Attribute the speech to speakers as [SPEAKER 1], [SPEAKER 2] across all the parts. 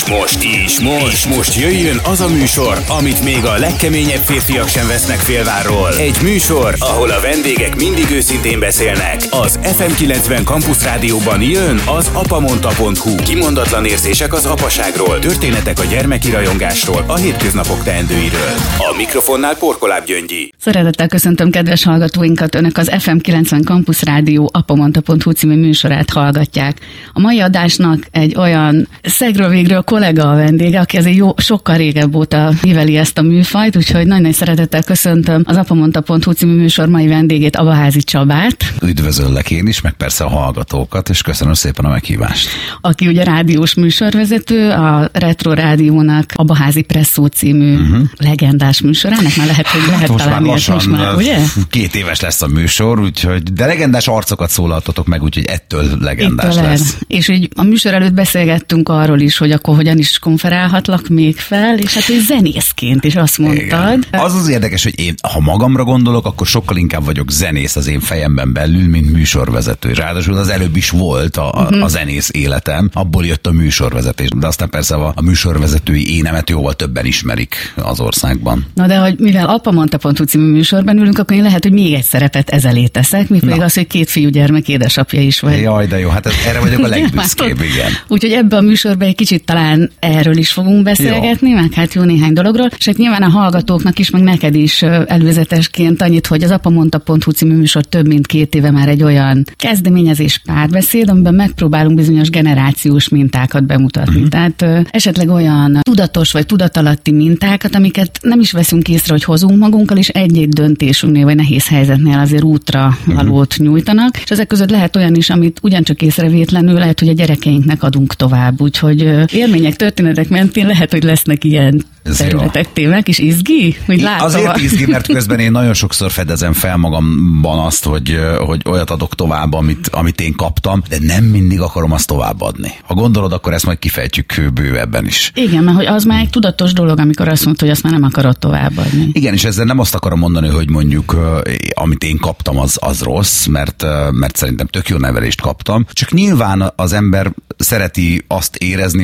[SPEAKER 1] Most jöjjön az a műsor, amit még a legkeményebb férfiak sem vesznek félvárról. Egy műsor, ahol a vendégek mindig őszintén beszélnek. Az FM90 Campus Rádióban jön az apamondta.hu. Kimondatlan érzések az apaságról, történetek a gyermeki rajongásról, a hétköznapok teendőiről. A mikrofonnál Porkoláb Gyöngyi.
[SPEAKER 2] Szeretettel köszöntöm kedves hallgatóinkat, önök az FM90 Campus Rádió apamondta.hu című műsorát hallgatják. A mai adásnak egy olyan szegről végről kollega a vendége, aki azért sokkal régebb óta műveli ezt a műfajt, úgyhogy nagyon szeretettel köszöntöm az apamondta.hu című műsor mai vendégét, Abaházi Csabát.
[SPEAKER 3] Üdvözöllek én is, meg persze a hallgatókat, és köszönöm szépen a meghívást.
[SPEAKER 2] Aki ugye rádiós műsorvezető, a Retro Rádiónak Abaházi Presszó című legendás műsorának, már lehet találni ezt most már, ugye?
[SPEAKER 3] 2 éves lesz a műsor, úgyhogy, de legendás arcokat szólaltatok meg, úgyhogy ettől legendás lesz.
[SPEAKER 2] És így a műsor előtt beszélgettünk arról is, hogy akkor hogyan is konferálhatlak még fel, és hát hogy zenészként is azt mondtad.
[SPEAKER 3] Igen. Az érdekes, hogy én, ha magamra gondolok, akkor sokkal inkább vagyok zenész az én fejemben belül, mint műsorvezető. Ráadásul az előbb is volt a zenész életem, abból jött a műsorvezetés. De aztán persze a műsorvezetői énemet jóval többen ismerik az országban.
[SPEAKER 2] Na de hogy mivel apamondta.hu című műsorban ülünk, akkor én lehet, hogy még egy szerepet ezelé teszek, még pedig az, hogy 2 fiúgyermek édesapja is vagy.
[SPEAKER 3] Jaj, de jó, hát erre vagyok a legbüszkébb, igen.
[SPEAKER 2] Úgyhogy ebben a műsorban egy kicsit talán erről is fogunk beszélgetni, meg hát jó néhány dologról, és hát nyilván a hallgatóknak is, meg neked is előzetesként annyit, hogy az apamondta.hu című műsor több mint 2 éve már egy olyan kezdeményezés, párbeszéd, amiben megpróbálunk bizonyos generációs mintákat bemutatni. Tehát esetleg olyan tudatos vagy tudatalatti mintákat, amiket nem is veszünk észre, hogy hozunk magunkkal, és egy-egy döntésünknél vagy nehéz helyzetnél azért útra valót nyújtanak, és ezek között lehet olyan is, amit ugyancsak észrevétlenül lehet, hogy a gyerekeinknek adunk tovább. Úgyhogy élmények, történetek mentén lehet, hogy lesznek ilyen területek, témák, és izgi?
[SPEAKER 3] Azért izgi, mert közben én nagyon sokszor fedezem fel magamban azt, hogy olyat adok tovább, amit én kaptam, de nem mindig akarom azt továbbadni. Ha gondolod, akkor ezt majd kifejtjük bővebben is.
[SPEAKER 2] Igen, mert hogy az már egy tudatos dolog, amikor azt mondod, hogy azt már nem akarod továbbadni.
[SPEAKER 3] Igen, és ezzel nem azt akarom mondani, hogy mondjuk amit én kaptam, az rossz, mert szerintem tök jó nevelést kaptam. Csak nyilván az ember szereti azt érezni,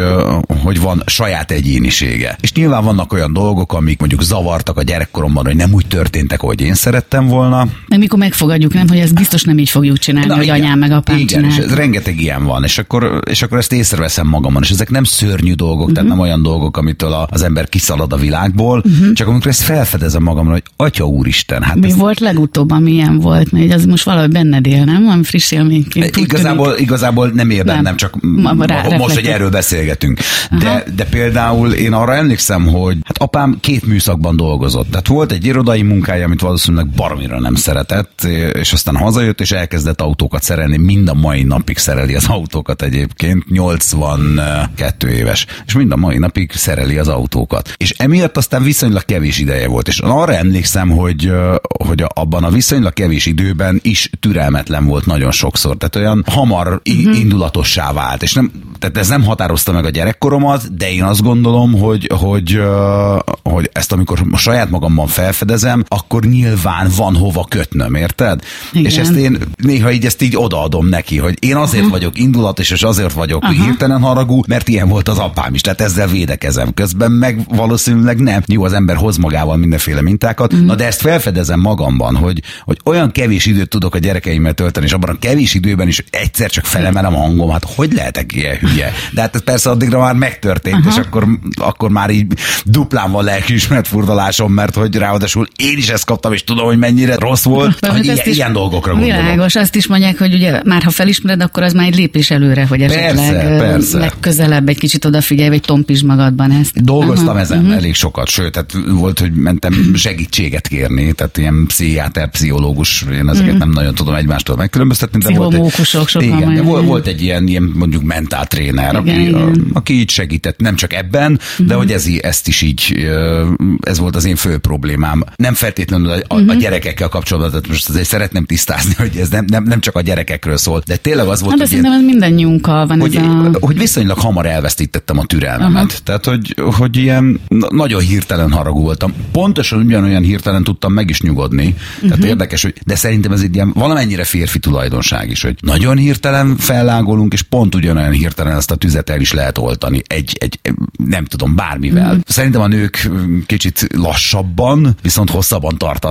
[SPEAKER 3] hogy van saját egyénisége. És nyilván vannak olyan dolgok, amik mondjuk zavartak a gyerekkoromban, hogy nem úgy történtek, ahogy én szerettem volna.
[SPEAKER 2] Mert mikor megfogadjuk, nem, hogy ezt biztos nem így fogjuk csinálni, hogy anyám meg apám csinálják.
[SPEAKER 3] Igen, és rengeteg ilyen van, és akkor ezt észreveszem magamon, és ezek nem szörnyű dolgok, tehát nem olyan dolgok, amitől az ember kiszalad a világból, csak amikor ezt felfedezem magamra, hogy Atya Úristen. Hát
[SPEAKER 2] mi volt legutóbb, ami ilyen volt? Mert az most valahogy benned él, nem? Valami friss élményként.
[SPEAKER 3] Igazából nem él bennem, csak most, hogy erről beszélgetünk. De például én arra emlékszem, hogy hát apám 2 műszakban dolgozott. Tehát volt egy irodai munkája, amit valószínűleg baromira nem szeretett, és aztán hazajött, és elkezdett autókat szerelni. Mind a mai napig szereli az autókat egyébként. 82 éves. És mind a mai napig szereli az autókat. És emiatt aztán viszonylag kevés ideje volt. És arra emlékszem, hogy abban a viszonylag kevés időben is türelmetlen volt nagyon sokszor. Tehát olyan hamar indulatossá vált. És tehát ez nem határozta meg a gyerekkoromat, de én azt gondolom, hogy ezt amikor saját magamban felfedezem, akkor nyilván van hova kötnöm, érted? Igen. És ezt én néha ezt így odaadom neki, hogy én azért vagyok indulatos, és azért vagyok hirtelen haragú, mert ilyen volt az apám is, tehát ezzel védekezem. Közben meg valószínűleg nem. Jó, az ember hoz magával mindenféle mintákat, na de ezt felfedezem magamban, hogy olyan kevés időt tudok a gyerekeimmel tölteni, és abban a kevés időben is egyszer csak felemelem a hangom, hát hogy lehetek ilyen hülye? De hát ez persze addigra már megtörtént, és akkor már így duplán van lelkiismeret furdalásom, mert hogy ráadásul én is ezt kaptam, és tudom, hogy mennyire rossz volt, hogy ilyen dolgokra gondolom.
[SPEAKER 2] Világos, azt is mondják, hogy ugye már ha felismered, akkor az már egy lépés előre, hogy esetleg legközelebb egy kicsit odafigyelj, vagy tompítsd magadban ezt.
[SPEAKER 3] Dolgoztam ezen elég sokat, sőt, tehát volt, hogy mentem segítséget kérni, tehát ilyen pszichiáter, pszichológus, én ezeket nem nagyon tudom egymástól megkülönböztetni.
[SPEAKER 2] Pszichomókusok sokan.
[SPEAKER 3] Volt egy ilyen mondjuk mentál tréner, aki így segített, nem csak ebben, de hogy ezt is így, ez volt az én fő problémám. Nem feltétlenül a gyerekekkel kapcsolatban, tehát most azért szeretném tisztázni, hogy ez nem csak a gyerekekről szól, de tényleg az volt,
[SPEAKER 2] hogy szerintem ez mindannyiunkkal van
[SPEAKER 3] hogy viszonylag hamar elvesztítettem a türelmemet. Tehát, hogy ilyen nagyon hirtelen haragú voltam. Pontosan ugyanolyan hirtelen tudtam meg is nyugodni. Tehát érdekes, de szerintem ez egy ilyen valamennyire férfi tulajdonság is, hogy nagyon hirtelen fellágolunk, és pont ugyanolyan hirtelen egyszerűen ezt a tüzet el is lehet oltani. Egy nem tudom, bármivel. Szerintem a nők kicsit lassabban, viszont hosszabban tart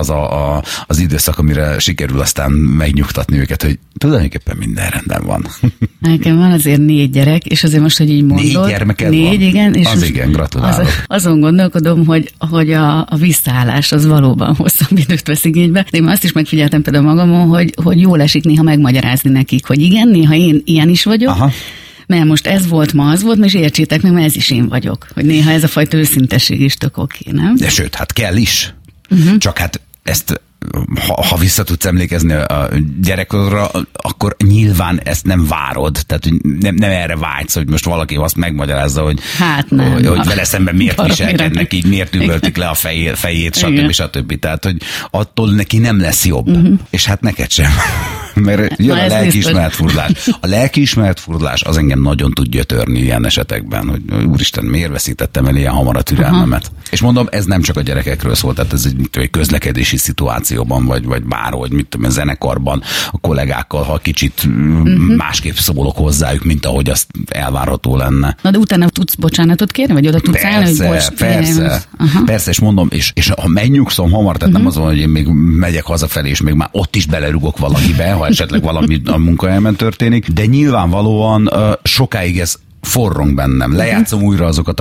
[SPEAKER 3] az időszak, amire sikerül aztán megnyugtatni őket, hogy tulajdonképpen minden rendben van.
[SPEAKER 2] Nekem van azért 4 gyerek, és azért most, hogy így mondod.
[SPEAKER 3] 4 gyermeked
[SPEAKER 2] 4,
[SPEAKER 3] van?
[SPEAKER 2] Igen. És
[SPEAKER 3] az igen, gratulálok.
[SPEAKER 2] Azon gondolkodom, hogy a visszaállás az valóban hosszabb időt vesz igénybe. De én azt is megfigyeltem például magamon, hogy jól esik néha megmagyarázni nekik, hogy igen, néha én ilyen is vagyok. Aha. Mert most ez volt, ma az volt, és értsétek meg, mert ez is én vagyok. Hogy néha ez a fajta őszintesség is tök oké, nem?
[SPEAKER 3] De sőt, hát kell is. Csak hát ezt, ha vissza tudsz emlékezni a gyerekkorodra, akkor nyilván ezt nem várod. Tehát nem erre vágysz, hogy most valaki azt megmagyarázza, hogy,
[SPEAKER 2] hát nem,
[SPEAKER 3] hogy vele szemben miért viselkednek így, miért üvöltik le a fejét, stb. Tehát, hogy attól neki nem lesz jobb. És hát neked sem. Mert jön a lelkiismeretfurdalás. A lelkiismeretfurdalás az engem nagyon tudja törni ilyen esetekben, hogy úristen, miért veszítettem el ilyen hamar a türelmemet. És mondom, ez nem csak a gyerekekről szól, tehát ez egy közlekedési szituációban, vagy bárhogy, mit tudom, a zenekarban, a kollégákkal, ha kicsit másképp szólok hozzájuk, mint ahogy azt elvárható lenne.
[SPEAKER 2] Na de utána tudsz bocsánatot kérni, vagy oda tudsz állni, hogy bocs,
[SPEAKER 3] persze, és mondom, és ha megnyugszom hamar, tehát nem az van, hogy én még megyek hazafelé, és még már ott is belerugok valakibe, ha esetleg valami a munkahelyemen történik, de nyilvánvalóan sokáig ez forrong bennem. Lejátszom újra azokat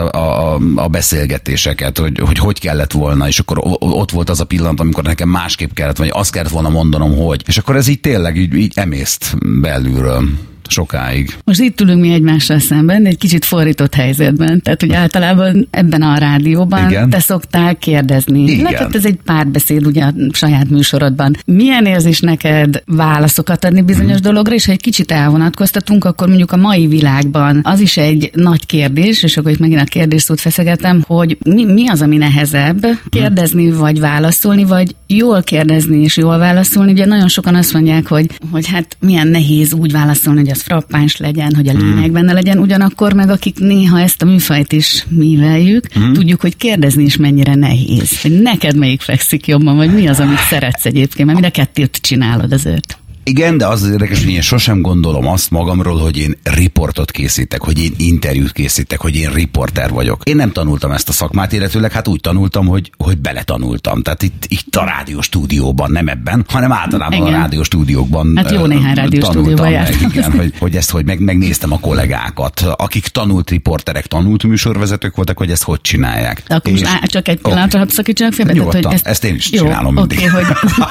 [SPEAKER 3] a beszélgetéseket, hogy kellett volna, és akkor ott volt az a pillanat, amikor nekem másképp kellett, vagy azt kellett volna mondanom, hogy. És akkor ez így tényleg így emészt belülről. Sokáig.
[SPEAKER 2] Most itt ülünk mi egymással szemben, egy kicsit fordított helyzetben. Tehát, hogy általában ebben a rádióban igen. Te szoktál kérdezni.
[SPEAKER 3] Igen.
[SPEAKER 2] Neked ez egy párbeszéd ugye a saját műsorodban. Milyen érzés neked válaszokat adni bizonyos dologra, és ha egy kicsit elvonatkoztatunk, akkor mondjuk a mai világban az is egy nagy kérdés, és akkor itt megint a kérdésszót feszegetem, hogy mi az, ami nehezebb? Kérdezni vagy válaszolni, vagy jól kérdezni és jól válaszolni. Ugye nagyon sokan azt mondják, hogy hát milyen nehéz úgy válaszolni, hogy az frappáns legyen, hogy a lényeg benne legyen, ugyanakkor meg akik néha ezt a műfajt is műveljük, tudjuk, hogy kérdezni is mennyire nehéz. Hogy neked melyik fekszik jobban, vagy mi az, amit szeretsz egyébként, mert mind a kettőt csinálod azért.
[SPEAKER 3] Igen, de az érdekes, hogy én sosem gondolom azt magamról, hogy én riportot készítek, hogy én interjút készítek, hogy én riporter vagyok. Én nem tanultam ezt a szakmát, illetőleg hát úgy tanultam, hogy beletanultam. Tehát itt a rádióstúdióban, nem ebben, hanem általában igen. A rádióstúdiókban.
[SPEAKER 2] Hát jó néhány rádióstúdióban jártam.
[SPEAKER 3] Igen, hogy ezt, hogy megnéztem a kollégákat, akik tanult riporterek, tanult műsorvezetők voltak, hogy ezt hogy csinálják.
[SPEAKER 2] De akkor most csak egy pillanatra hadd szakítsanak félbe.
[SPEAKER 3] Nyugodtan, ezt én is csinálom mindig.
[SPEAKER 2] Hogy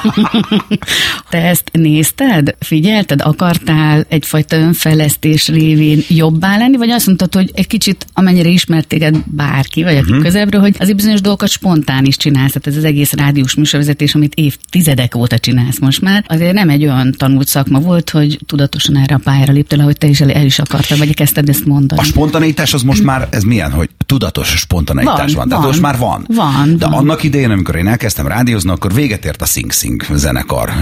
[SPEAKER 2] te ezt nézted? Figyelted, akartál egyfajta önfejlesztés révén jobbá lenni, vagy azt mondtad, hogy egy kicsit, amennyire ismert téged bárki, vagy aki közelebbről, hogy azért bizonyos dolgokat spontán is csinálsz, tehát ez az egész rádiós műsorvezetés, amit évtizedek óta csinálsz most már, azért nem egy olyan tanult szakma volt, hogy tudatosan erre a pályára léptél, ahogy te is el is akartad, vagy kezdted ezt mondani.
[SPEAKER 3] A spontaneitás az most már, ez milyen, hogy tudatos spontaneitás van. Tehát most már van. De annak idején, amikor én elkezdtem rádiózni, akkor véget ért a Sing Sing zenekar,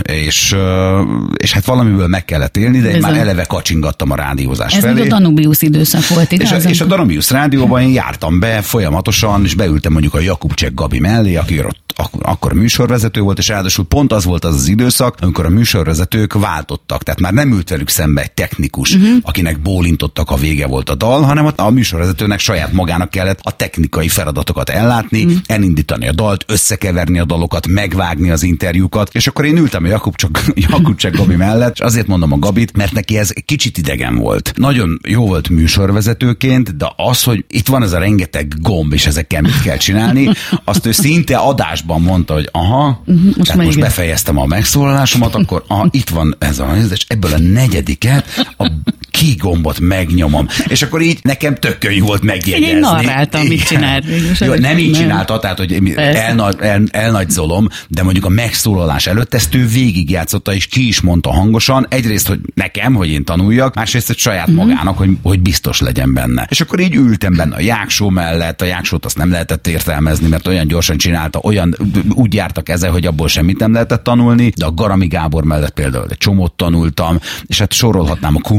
[SPEAKER 3] és hát valamiből meg kellett élni, de én már eleve kacsingattam a rádiózás felé.
[SPEAKER 2] Ez még a Danubius időszak volt, igaz?
[SPEAKER 3] És a Danubius rádióban én jártam be folyamatosan, és beültem mondjuk a Jakubcsek Gabi mellé, aki akkor műsorvezető volt, és ráadásul pont az volt az időszak, amikor a műsorvezetők váltottak. Tehát már nem ült velük szembe egy technikus, akinek bólintottak, a vége volt a dal, hanem a műsorvezetőnek saját magának kellett a technikai feladatokat ellátni, elindítani a dalt, összekeverni a dalokat, megvágni az interjúkat, és akkor én ültem a Jakubcsek Gabi mellett, és azért mondom a Gabit, mert neki ez kicsit idegen volt. Nagyon jó volt műsorvezetőként, de az, hogy itt van ez a rengeteg gomb, és ezekkel mit kell csinálni, azt ő szinte adásban mondta, hogy most befejeztem a megszólalásomat, akkor itt van ez a és ebből a negyediket, a ki gombot megnyomom. És akkor így nekem tök könnyű volt megjegyezni.
[SPEAKER 2] Én narráltam, mit csinált.
[SPEAKER 3] Jó, nem így csinálta, tehát, hogy elnagydolom, de mondjuk a megszólalás előtt ezt ő végigjátszotta, és ki is mondta hangosan. Egyrészt, hogy nekem, hogy én tanuljak, másrészt, hogy saját magának, hogy biztos legyen benne. És akkor így ültem benne a Jáksó mellett, a Jáksót azt nem lehetett értelmezni, mert olyan gyorsan csinálta, úgy jártak ezzel, hogy abból semmit nem lehetett tanulni, de a Garami Gábor mellett például egy csomót tanultam, és hát sorolhatnám, a Kun Zsuzsa volt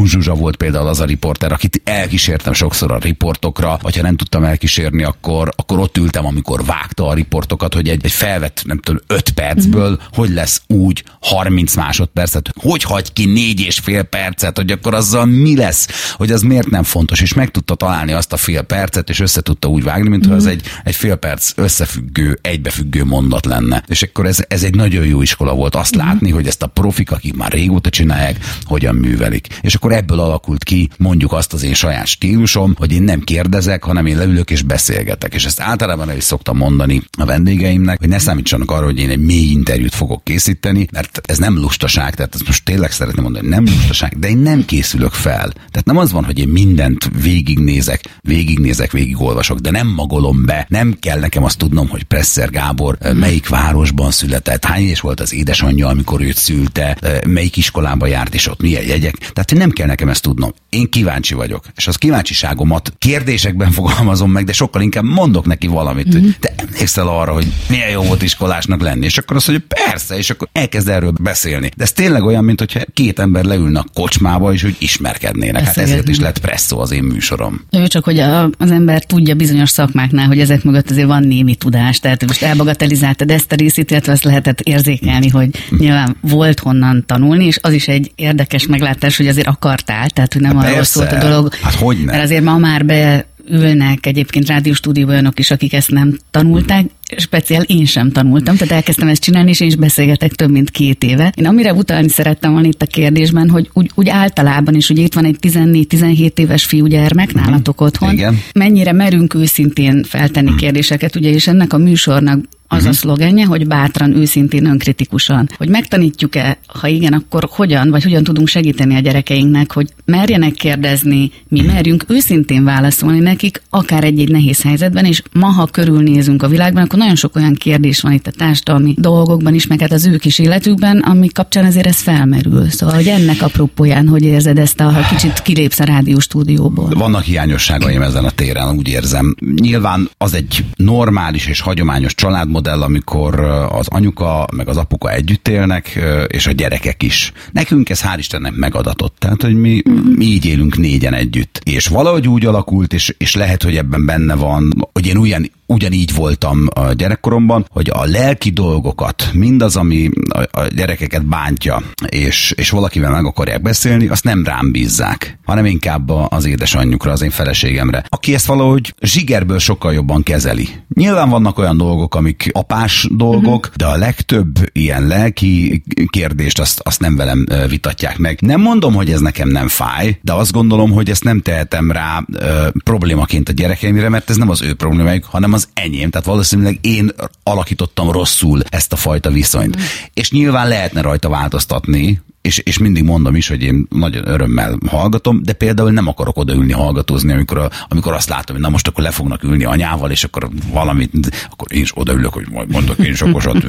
[SPEAKER 3] volt például az a riporter, akit elkísértem sokszor a riportokra, vagy ha nem tudtam elkísérni, akkor ott ültem, amikor vágta a riportokat, hogy egy felvett, nem tudom, 5 percből, hogy lesz úgy 30 másodpercet, hogy hagy ki 4,5 percet, hogy akkor azzal mi lesz, hogy az miért nem fontos, és meg tudta találni azt a fél percet, és össze tudta úgy vágni, mintha az egy fél perc összefüggő, egybefüggő mondat lenne. És akkor ez egy nagyon jó iskola volt azt látni, hogy ezt a profik, akik már régóta csinálják, hogyan művelik. És akkor ebből alakult ki mondjuk azt az én saját stílusom, hogy én nem kérdezek, hanem én leülök és beszélgetek. És ezt általában el is szoktam mondani a vendégeimnek, hogy ne számítsanak arra, hogy én egy mély interjút fogok készíteni, mert ez nem lustaság, tehát ezt most tényleg szeretném mondani, nem lustaság, de én nem készülök fel. Tehát nem az van, hogy én mindent végigolvasok, de nem magolom be, nem kell nekem azt tudnom, hogy Presser Gábor melyik városban született, hány éves volt az édesanyja, amikor őt szülte, melyik iskolába járt, és ott milyen jegyek. Tehát nem kell nekem ezt tudnom. Én kíváncsi vagyok, és az kíváncsiságomat kérdésekben fogalmazom meg, de sokkal inkább mondok neki valamit, hogy te emlékszel arra, hogy milyen jó volt iskolásnak lenni, és akkor azt mondja, persze, és akkor elkezd erről beszélni. De ez tényleg olyan, mint hogyha 2 ember leülne a kocsmába, és úgy ismerkednének. Hát ezért is lett Presszó az én műsorom.
[SPEAKER 2] Ő csak, hogy az ember tudja bizonyos szakmáknál, hogy ezek mögött azért van némi tudás, tehát most elbagatelizáltad ezt a részét, illetve azt lehetett érzékelni, hogy nyilván volt honnan tanulni, és az is egy érdekes meglátás, hogy azért akartál, tehát hogy nem arról szólt a dolog.
[SPEAKER 3] Hát hogyne?
[SPEAKER 2] Mert azért ma már beülnek egyébként rádióstúdióban olyanok is, akik ezt nem tanulták, speciál én sem tanultam, tehát elkezdtem ezt csinálni, és én is beszélgetek több mint 2 éve. Én amire utalni szerettem volna itt a kérdésben, hogy úgy általában is, ugye itt van egy 14-17 éves fiúgyermek nálatok otthon.
[SPEAKER 3] Igen.
[SPEAKER 2] Mennyire merünk őszintén feltenni kérdéseket, ugye, és ennek a műsornak az a szlogenje, hogy bátran, őszintén, önkritikusan. Hogy megtanítjuk-e, ha igen, akkor hogyan tudunk segíteni a gyerekeinknek, hogy merjenek kérdezni, mi merjünk őszintén válaszolni nekik, akár egy nehéz helyzetben, és ma, ha körülnézünk a világban, akkor nagyon sok olyan kérdés van itt a társadalmi dolgokban is, meg hát az ő kis életükben, ami kapcsán azért ez felmerül. Szóval, hogy ennek apropóján, hogy érzed ezt, ha kicsit kilépsz a rádióstúdióból?
[SPEAKER 3] Vannak hiányosságaim ezen a téren, úgy érzem. Nyilván az egy normális és hagyományos családmodell, amikor az anyuka meg az apuka együtt élnek, és a gyerekek is. Nekünk ez hál' Istennek megadatott. Tehát, hogy mi így élünk 4-en együtt. És valahogy úgy alakult, és lehet, hogy ebben benne van, hogy én ugyanígy voltam a gyerekkoromban, hogy a lelki dolgokat, mindaz, ami a gyerekeket bántja, és valakivel meg akarják beszélni, azt nem rám bízzák, hanem inkább az édesanyjukra, az én feleségemre, aki ezt valahogy zsigerből sokkal jobban kezeli. Nyilván vannak olyan dolgok, amik apás dolgok, de a legtöbb ilyen lelki kérdést azt nem velem vitatják meg. Nem mondom, hogy ez nekem nem fáj, de azt gondolom, hogy ezt nem tehetem rá problémaként a gyerekeimre, mert ez nem az ő problémájuk, hanem az enyém. Tehát valószínűleg én alakítottam rosszul ezt a fajta viszonyt. És nyilván lehetne rajta változtatni, és mindig mondom is, hogy én nagyon örömmel hallgatom, de például nem akarok odaülni hallgatózni, amikor azt látom, hogy na most akkor le fognak ülni anyával, és akkor valamit, akkor én is odaülök, hogy majd mondok én is okosat.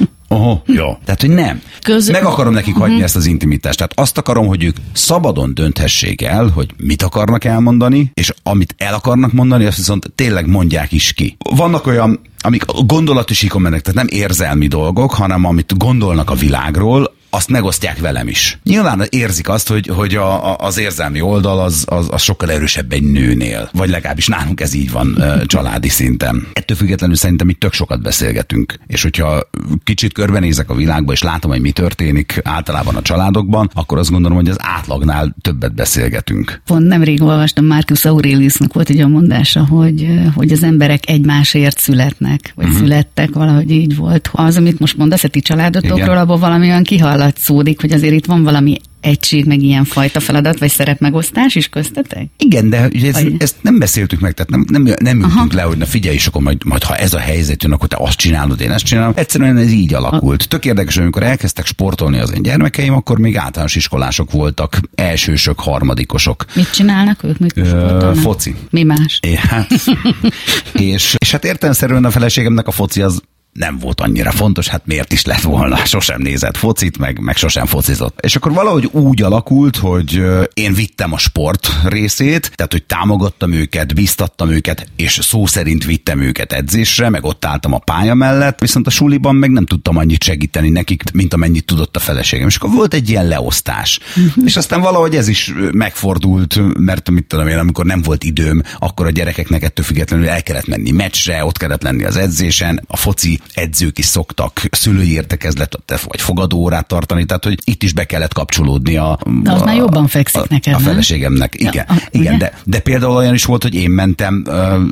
[SPEAKER 3] Jó. Tehát, hogy nem. Meg akarom nekik hagyni ezt az intimitást. Tehát azt akarom, hogy ők szabadon dönthessék el, hogy mit akarnak elmondani, és amit el akarnak mondani, azt viszont tényleg mondják is ki. Vannak olyan, amik gondolati síkon mennek, tehát nem érzelmi dolgok, hanem amit gondolnak a világról, azt megosztják velem is. Nyilván érzik azt, hogy az érzelmi oldal az sokkal erősebb egy nőnél. Vagy legalábbis nálunk ez így van családi szinten. Ettől függetlenül szerintem itt tök sokat beszélgetünk. És hogyha kicsit körbenézek a világba, és látom, hogy mi történik általában a családokban, akkor azt gondolom, hogy az átlagnál többet beszélgetünk.
[SPEAKER 2] Pont nemrég olvastam, Marcus Aureliusnak volt egy olyan mondása, hogy az emberek egymásért születnek, vagy születtek, valahogy így volt. Az, amit most mondasz a ti családotokról, abban valami olyan kihallatszódik, hogy azért itt van valami egység, meg ilyen fajta feladat, vagy szerepmegosztás is köztetek?
[SPEAKER 3] Igen, de ezt nem beszéltük meg, tehát nem ültünk le, hogy na figyelj, és akkor majd ha ez a helyzet jön, akkor te azt csinálod, én ezt csinálom. Egyszerűen ez így alakult. Tök érdekes, hogy amikor elkezdtek sportolni az én gyermekeim, akkor még általános iskolások voltak, elsősök, harmadikosok.
[SPEAKER 2] Mit csinálnak ők? Mit
[SPEAKER 3] foci.
[SPEAKER 2] Mi más?
[SPEAKER 3] És hát értelemszerűen a feleségemnek a foci az nem volt annyira fontos, hát miért is lett volna, sosem nézett focit, meg sosem focizott. És akkor valahogy úgy alakult, hogy én vittem a sport részét, tehát hogy támogattam őket, biztattam őket, és szó szerint vittem őket edzésre, meg ott álltam a pálya mellett, viszont a suliban meg nem tudtam annyit segíteni nekik, mint amennyit tudott a feleségem. És akkor volt egy ilyen leosztás. És aztán valahogy ez is megfordult, mert mit tudom én, amikor nem volt időm, akkor a gyerekeknek ettől függetlenül el kellett menni meccsre, ott kellett lenni az edzésen, a foci edzők is szoktak szülői értekezletet vagy fogadóórát tartani, tehát hogy itt is be kellett kapcsolódni
[SPEAKER 2] de az már jobban fekszik neked,
[SPEAKER 3] a feleségemnek. Igen,
[SPEAKER 2] ja,
[SPEAKER 3] igen, de például olyan is volt, hogy én mentem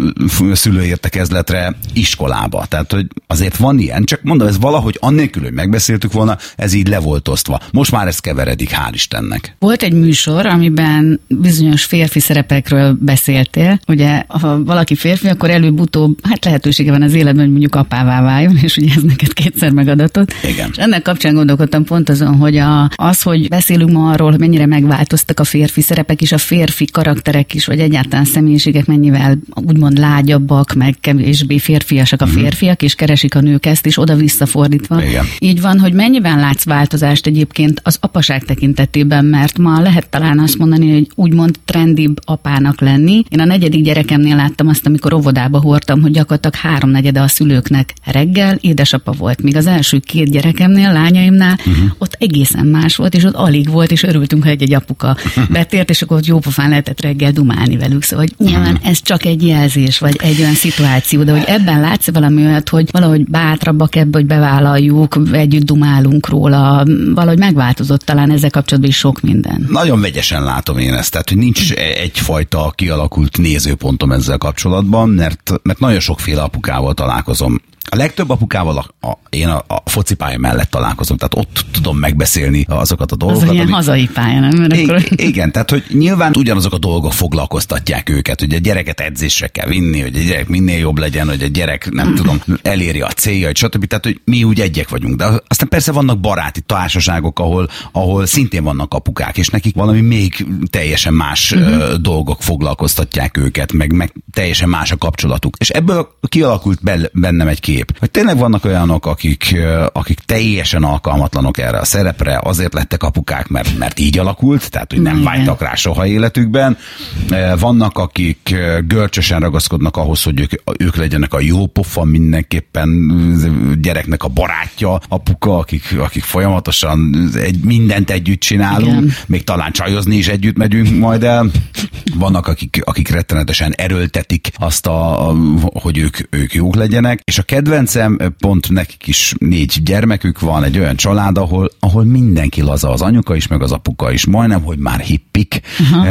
[SPEAKER 3] szülői értekezletre iskolába, tehát hogy azért van ilyen, csak mondom, ez valahogy annélkül, hogy megbeszéltük volna, ez így le volt osztva. Most már ez keveredik, hál' Istennek.
[SPEAKER 2] Volt egy műsor, amiben bizonyos férfi szerepekről beszéltél. Ugye, ha valaki férfi, akkor előbb-utóbb lehetősége van az életben, hogy mondjuk apává váljon, és ugye ez neked kétszer megadatott.
[SPEAKER 3] Igen.
[SPEAKER 2] És ennek kapcsán gondolkodtam pont azon, hogy hogy beszélünk ma arról, hogy mennyire megváltoztak a férfi szerepek és a férfi karakterek is, vagy egyáltalán személyiségek mennyivel úgymond lágyabbak, meg kevésbé férfiasak a férfiak, és keresik a nők ezt is oda-vissza fordítva.
[SPEAKER 3] Igen.
[SPEAKER 2] Így van, hogy mennyiben látsz változást egyébként az apaság tekintetében, mert ma lehet talán azt mondani, hogy úgymond trendibb apának lenni. Én a 4. gyerekemnél láttam azt, amikor óvodába hordtam, hogy gyakorlatilag 3/4 a szülőknek reggel édesapa volt. Míg az első 2 gyerekemnél, lányaimnál, ott egészen más volt, és ott alig volt, és örültünk, hogy egy apuka betért, és akkor ott jópofán lehetett reggel dumálni velük. Szóval hogy nyilván ez csak egy jelzés, vagy egy olyan szituáció, de hogy ebben látsz valami olyat, hogy valahogy bátrabbak ebbe, hogy bevállaljuk, együtt dumálunk róla, valahogy megváltozott talán ezzel kapcsolatban is sok minden.
[SPEAKER 3] Nagyon vegyesen látom én ezt, tehát hogy nincs egyfajta kialakult nézőpontom ezzel kapcsolatban, mert nagyon sokféle apukával találkozom. A legtöbb apukával én a focipálya mellett találkozom, tehát ott tudom megbeszélni azokat a dolgokat.
[SPEAKER 2] Az ilyen hazai pálya, nem?
[SPEAKER 3] Igen, tehát hogy nyilván ugyanazok a dolgok foglalkoztatják őket, hogy a gyereket edzésre kell vinni, hogy a gyerek minél jobb legyen, hogy a gyerek, nem tudom, eléri a céljait, stb. Tehát, hogy mi úgy egyek vagyunk. De aztán persze vannak baráti társaságok, ahol szintén vannak apukák, és nekik valami még teljesen más dolgok foglalkoztatják őket, meg teljesen más a kapcsolatuk. És ebből kialakult bennem egy kép. Hogy tényleg vannak olyanok, akik teljesen alkalmatlanok erre a szerepre, azért lettek apukák, mert így alakult, tehát hogy nem vágytak rá soha életükben. Vannak, akik görcsösen ragaszkodnak ahhoz, hogy ők legyenek a jó pofa, mindenképpen gyereknek a barátja, apuka, akik folyamatosan mindent együtt csinálunk, igen. Még talán csajozni is együtt megyünk majd el. Vannak, akik rettenetesen erőltetik azt, hogy ők jók legyenek, és a kedvencem, pont nekik is 4 gyermekük van, egy olyan család, ahol mindenki laza, az anyuka is, meg az apuka is, majdnem, hogy már hippik,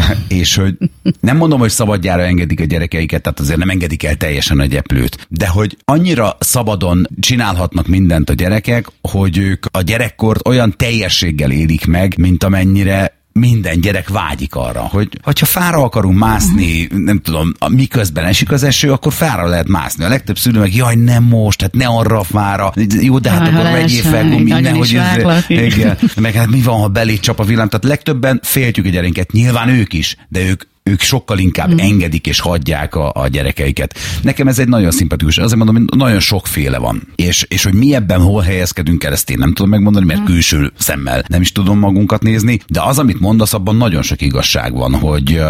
[SPEAKER 3] és hogy nem mondom, hogy szabadjára engedik a gyerekeiket, tehát azért nem engedik el teljesen a gyeplőt, de hogy annyira szabadon csinálhatnak mindent a gyerekek, hogy ők a gyerekkort olyan teljességgel élik meg, mint amennyire minden gyerek vágyik arra, hogyha fára akarunk mászni, nem tudom, miközben esik az eső, akkor fára lehet mászni. A legtöbb szülő meg, jaj, nem most, hát ne arra a fára, jó, de hát akkor vegyél fel gumit, nehogy igen, meg hát mi van, ha belét csap a villám, tehát legtöbben féltjük a gyereket, nyilván ők is, de ők sokkal inkább engedik és hagyják a gyerekeiket. Nekem ez egy nagyon szimpatikus, azért mondom, hogy nagyon sokféle van. És hogy mi ebben hol helyezkedünk el, ezt én nem tudom megmondani, mert külső szemmel nem is tudom magunkat nézni, de az, amit mondasz, abban nagyon sok igazság van, hogy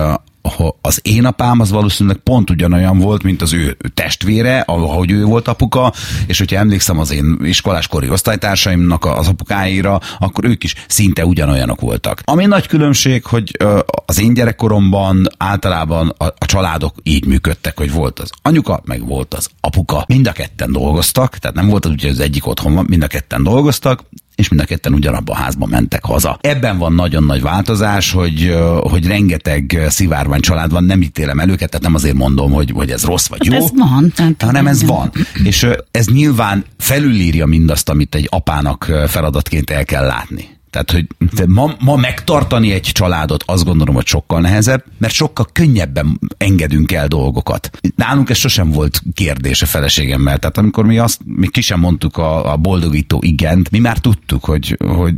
[SPEAKER 3] az én apám az valószínűleg pont ugyanolyan volt, mint az ő testvére, ahogy ő volt apuka, és hogyha emlékszem az én iskoláskori osztálytársaimnak az apukáira, akkor ők is szinte ugyanolyanok voltak. Ami nagy különbség, hogy az én gyerekkoromban általában a családok így működtek, hogy volt az anyuka, meg volt az apuka. Mind a ketten dolgoztak, tehát nem volt az úgy, hogy az egyik otthon van, mind a ketten dolgoztak, és mind a ketten ugyanabban a házban mentek haza. Ebben van nagyon nagy változás, hogy rengeteg szivárvány család van, nem ítélem el őket, tehát nem azért mondom, hogy ez rossz vagy jó.
[SPEAKER 2] Ez van.
[SPEAKER 3] Hanem ez van. És ez nyilván felülírja mindazt, amit egy apának feladatként el kell látni. Tehát, hogy ma megtartani egy családot, azt gondolom, hogy sokkal nehezebb, mert sokkal könnyebben engedünk el dolgokat. Nálunk ez sosem volt kérdés a feleségemmel. Tehát amikor mi ki sem mondtuk a boldogító igent, mi már tudtuk, hogy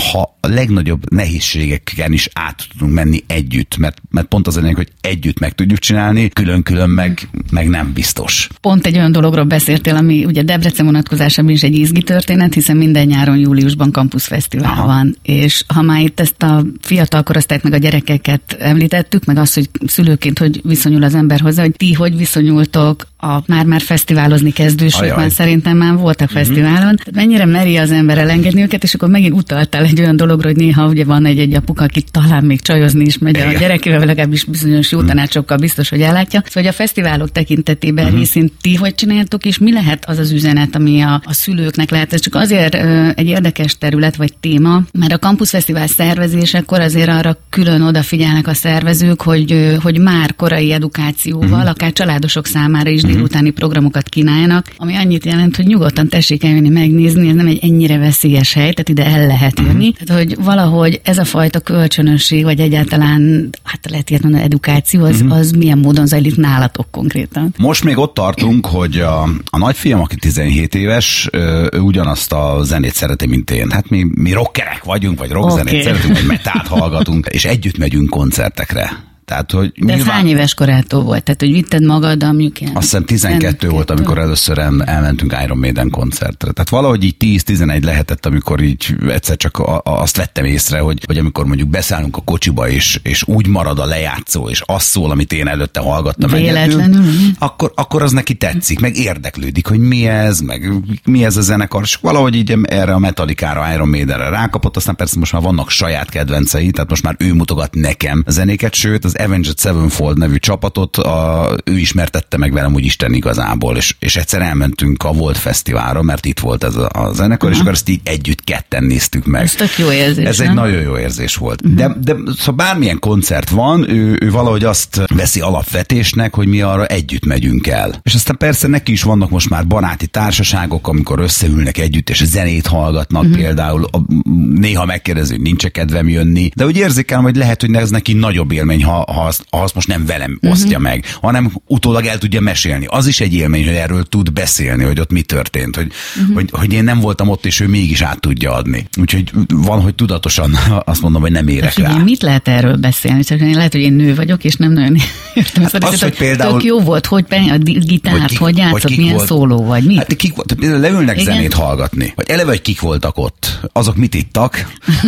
[SPEAKER 3] ha a legnagyobb nehézségeken is át tudunk menni együtt, mert pont az lényeg, hogy együtt meg tudjuk csinálni, külön-külön meg nem biztos.
[SPEAKER 2] Pont egy olyan dologról beszéltél, ami ugye Debrecen vonatkozásában is egy izgi történet, hiszen minden nyáron júliusban Campus Fesztivál van, és ha már itt ezt a fiatal korosztályt meg a gyerekeket említettük, meg azt, hogy szülőként hogy viszonyul az ember hozzá, hogy ti hogy viszonyultok a már fesztiválozni kezdősök, már szerintem már voltak fesztiválon. Mennyire meri az ember elengedni őket, és akkor megint utaltál egy olyan dologra, hogy néha ugye van egy apuka, aki talán még csajozni is megy a gyerekével, legalábbis bizonyos jó tanácsokkal biztos, hogy ellátja. Szóval a fesztiválok tekintetében részint ti hogy csináltok, és mi lehet az az üzenet, ami a szülőknek lehet? Ez csak azért egy érdekes terület vagy téma, mert a Campus Fesztivál szervezésekor azért arra külön odafigyelnek a szervezők, hogy már korai edukációval, akár családosok számára is délutáni programokat kínáljanak, ami annyit jelent, hogy nyugodtan tessék eljönni megnézni, ez nem egy ennyire veszélyes hely, tehát ide el lehet jönni. Tehát, hogy valahogy ez a fajta kölcsönösség, vagy egyáltalán, hát lehet ilyet mondani, edukáció, az milyen módon zajlik nálatok konkrétan?
[SPEAKER 3] Most még ott tartunk, hogy a nagyfiam, aki 17 éves, ő ugyanazt a zenét szereti, mint én. Hát mi rockerek vagyunk, vagy rockzenét szeretünk, vagy metált hallgatunk, és együtt megyünk koncertekre. Tehát, hogy
[SPEAKER 2] de ez hány éves korától volt? Tehát, hogy vitted magad, mondjuk ilyen?
[SPEAKER 3] Azt hiszem 12 volt, amikor először elmentünk Iron Maiden koncertre. Tehát valahogy így 10-11 lehetett, amikor így egyszer csak azt vettem észre, hogy amikor mondjuk beszállunk a kocsiba, és úgy marad a lejátszó, és az szól, amit én előtte hallgattam egyedül, akkor az neki tetszik, meg érdeklődik, hogy mi ez, meg mi ez a zenekar, és valahogy így erre a Metallicára, Iron Maidenre rákapott, aztán persze most már vannak saját kedvencei, tehát most már ő mutogat nekem zenéket, sőt, az Avenged Sevenfold nevű csapatot ő ismertette meg velem úgy Isten igazából, és egyszer elmentünk a Volt Fesztiválra, mert itt volt ez a zenekar, és akkor ezt így együtt ketten néztük meg.
[SPEAKER 2] Ez tök jó érzés.
[SPEAKER 3] Ez egy nagyon jó érzés volt. De szóval bármilyen koncert van, ő valahogy azt veszi alapvetésnek, hogy mi arra együtt megyünk el. És aztán persze neki is vannak most már baráti társaságok, amikor összeülnek együtt, és zenét hallgatnak például. Néha megkérdezi, hogy nincs kedvem jönni, de úgy érzékelem, hogy lehet, hogy ez neki nagyobb élmény, ha azt most nem velem osztja meg, hanem utólag el tudja mesélni. Az is egy élmény, hogy erről tud beszélni, hogy ott mi történt, hogy én nem voltam ott, és ő mégis át tudja adni. Úgyhogy van, hogy tudatosan azt mondom, hogy nem érek rá.
[SPEAKER 2] Mit lehet erről beszélni? Csak lehet, hogy én nő vagyok, és nem nagyon értem.
[SPEAKER 3] Hát az, hogy például...
[SPEAKER 2] Tök jó volt, hogy a gitárt, hogy játszott, milyen szóló vagy, mi?
[SPEAKER 3] Hát kik volt, például leülnek zenét hallgatni, vagy eleve, hogy kik voltak ott, azok mit ittak,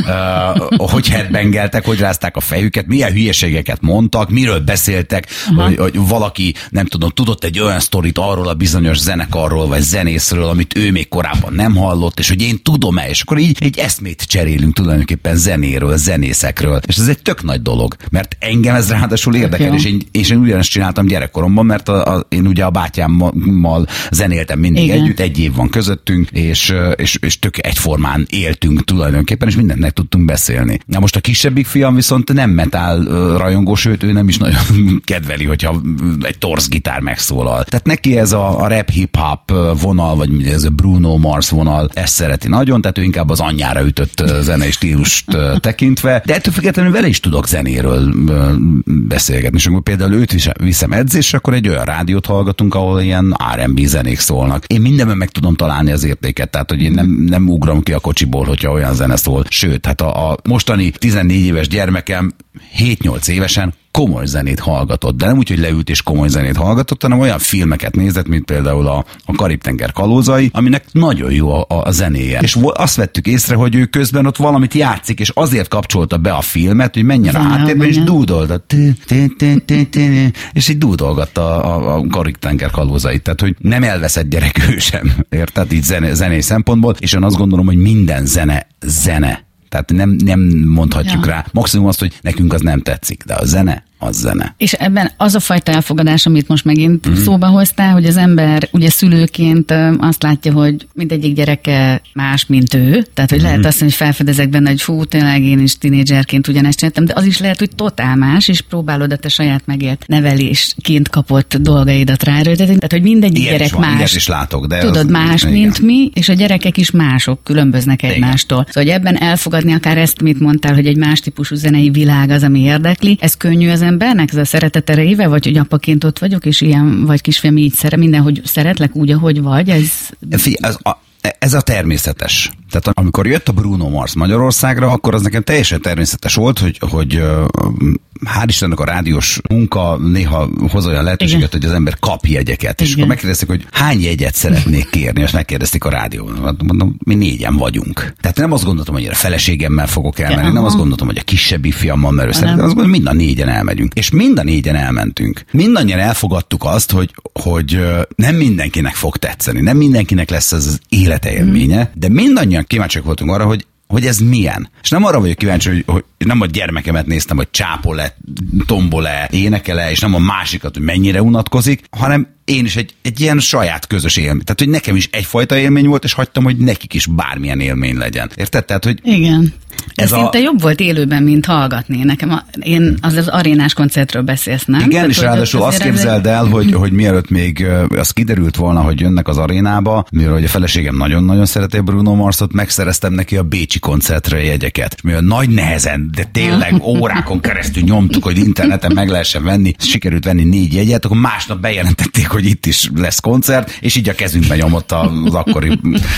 [SPEAKER 3] hogy headbangeltek, hogy rázták a fejüket, milyen hülyeségeket mondtak, miről beszéltek, hogy valaki, nem tudom, tudott egy olyan sztorit arról a bizonyos zenekarról, vagy zenészről, amit ő még korábban nem hallott, és hogy én tudom-e, és akkor így egy eszmét cserélünk tulajdonképpen zenéről, zenészekről. És ez egy tök nagy dolog, mert engem ez ráadásul érdekel, és én ugyanezt csináltam gyerekkoromban, mert én ugye a bátyámmal zenéltem mindig együtt, egy év van közöttünk, és tök egyformán éltünk tulajdonképpen, és mindent meg tudtunk beszélni. Na most a kisebbik fiam viszont nem metal rajongó, sőt, ő nem is nagyon kedveli, hogyha egy torz gitár megszólal. Tehát neki ez a rap hip-hop vonal, vagy ez a Bruno Mars vonal, ezt szereti nagyon, tehát ő inkább az anyjára ütött zenei stílust tekintve, de ettől függetlenül vele is tudok zenéről beszélgetni. És amikor például őt viszem edzésre, akkor egy olyan rádiót hallgatunk, ahol ilyen R&B zenék szólnak. Én mindenben meg tudom találni az értéket, tehát hogy én nem ugrom ki a kocsiból, hogyha olyan zene szól. Sőt, hát a mostani 14 éves gyermekem 7-8 évesen komoly zenét hallgatott, de nem úgy, hogy leült és komoly zenét hallgatott, hanem olyan filmeket nézett, mint például a Karib-tenger kalózai, aminek nagyon jó a zenéje. És azt vettük észre, hogy ő közben ott valamit játszik, és azért kapcsolta be a filmet, hogy menjen a háttérben, és dúdolta. És így dúdolgatta a Karib-tenger kalózait. Tehát, hogy nem elveszett gyerek ő sem. Érted? Így zenei szempontból. És én azt gondolom, hogy minden zene. Tehát nem mondhatjuk rá. Maximum azt, hogy nekünk az nem tetszik, de a zene, az zene.
[SPEAKER 2] És ebben az a fajta elfogadás, amit most megint szóba hoztál, hogy az ember ugye szülőként azt látja, hogy mindegyik gyereke más, mint ő. Tehát, hogy lehet azt, hogy felfedezek benne, hogy fú, tényleg én is tinédzserként ugyanezt csináltam, de az is lehet, hogy totál más, és próbálod a te saját megélt nevelésként kapott dolgaidat ráerőltetni. Tehát, hogy mindegyik gyerek van, más.
[SPEAKER 3] Ilyet is látok, de
[SPEAKER 2] tudod, más, mint mi, és a gyerekek is mások, különböznek egymástól. Szóval, hogy ebben elfogadni akár ezt, mit mondtál, hogy egy más típusú zenei világ az, ami érdekli. Ez könnyű az embernek, ez a szeretet erejével, vagy hogy apaként ott vagyok, és ilyen, vagy kisfiam így mindenhogy szeretlek úgy, ahogy vagy.
[SPEAKER 3] ez a természetes. Tehát amikor jött a Bruno Mars Magyarországra, akkor az nekem teljesen természetes volt, hogy hál' Istennek a rádiós munka néha hoz olyan lehetőséget, hogy az ember kap jegyeket. És akkor megkérdezték, hogy hány jegyet szeretnék kérni, és megkérdezték a rádióban. Mondom, mi 4-en vagyunk. Tehát nem azt gondoltam, hogy a feleségemmel fogok elmenni, nem azt gondoltam, hogy a kisebb ifjammal, mert azt gondolom, mind a 4-en elmegyünk. És mind a 4-en elmentünk. Mindannyian elfogadtuk azt, hogy nem mindenkinek fog tetszeni, nem mindenkinek lesz az élete élménye, de mindannyian kíváncsiak voltunk arra, hogy ez milyen. És nem arra vagyok kíváncsi, hogy nem a gyermekemet néztem, hogy csápol-e, tombol-e, énekel-e, és nem a másikat, hogy mennyire unatkozik, hanem én is egy ilyen saját közös élmény. Tehát, hogy nekem is egyfajta élmény volt, és hagytam, hogy nekik is bármilyen élmény legyen. Érted? Tehát, hogy
[SPEAKER 2] igen. Ez szinte jobb volt élőben, mint hallgatni. Nekem én az arénás koncertről beszélsz, nem?
[SPEAKER 3] Igen, tehát, és ráadásul azt képzeld el, hogy mielőtt még az kiderült volna, hogy jönnek az arénába, mivel a feleségem nagyon-nagyon szereti Bruno Marsot, megszereztem neki a bécsi koncertre jegyeket. És mivel nagy nehezen, de tényleg órákon keresztül nyomtuk, hogy interneten meg lehessen venni, sikerült venni 4 jegyet, akkor másnap bejelentették, hogy itt is lesz koncert, és így a kezünkbe nyomott az akkori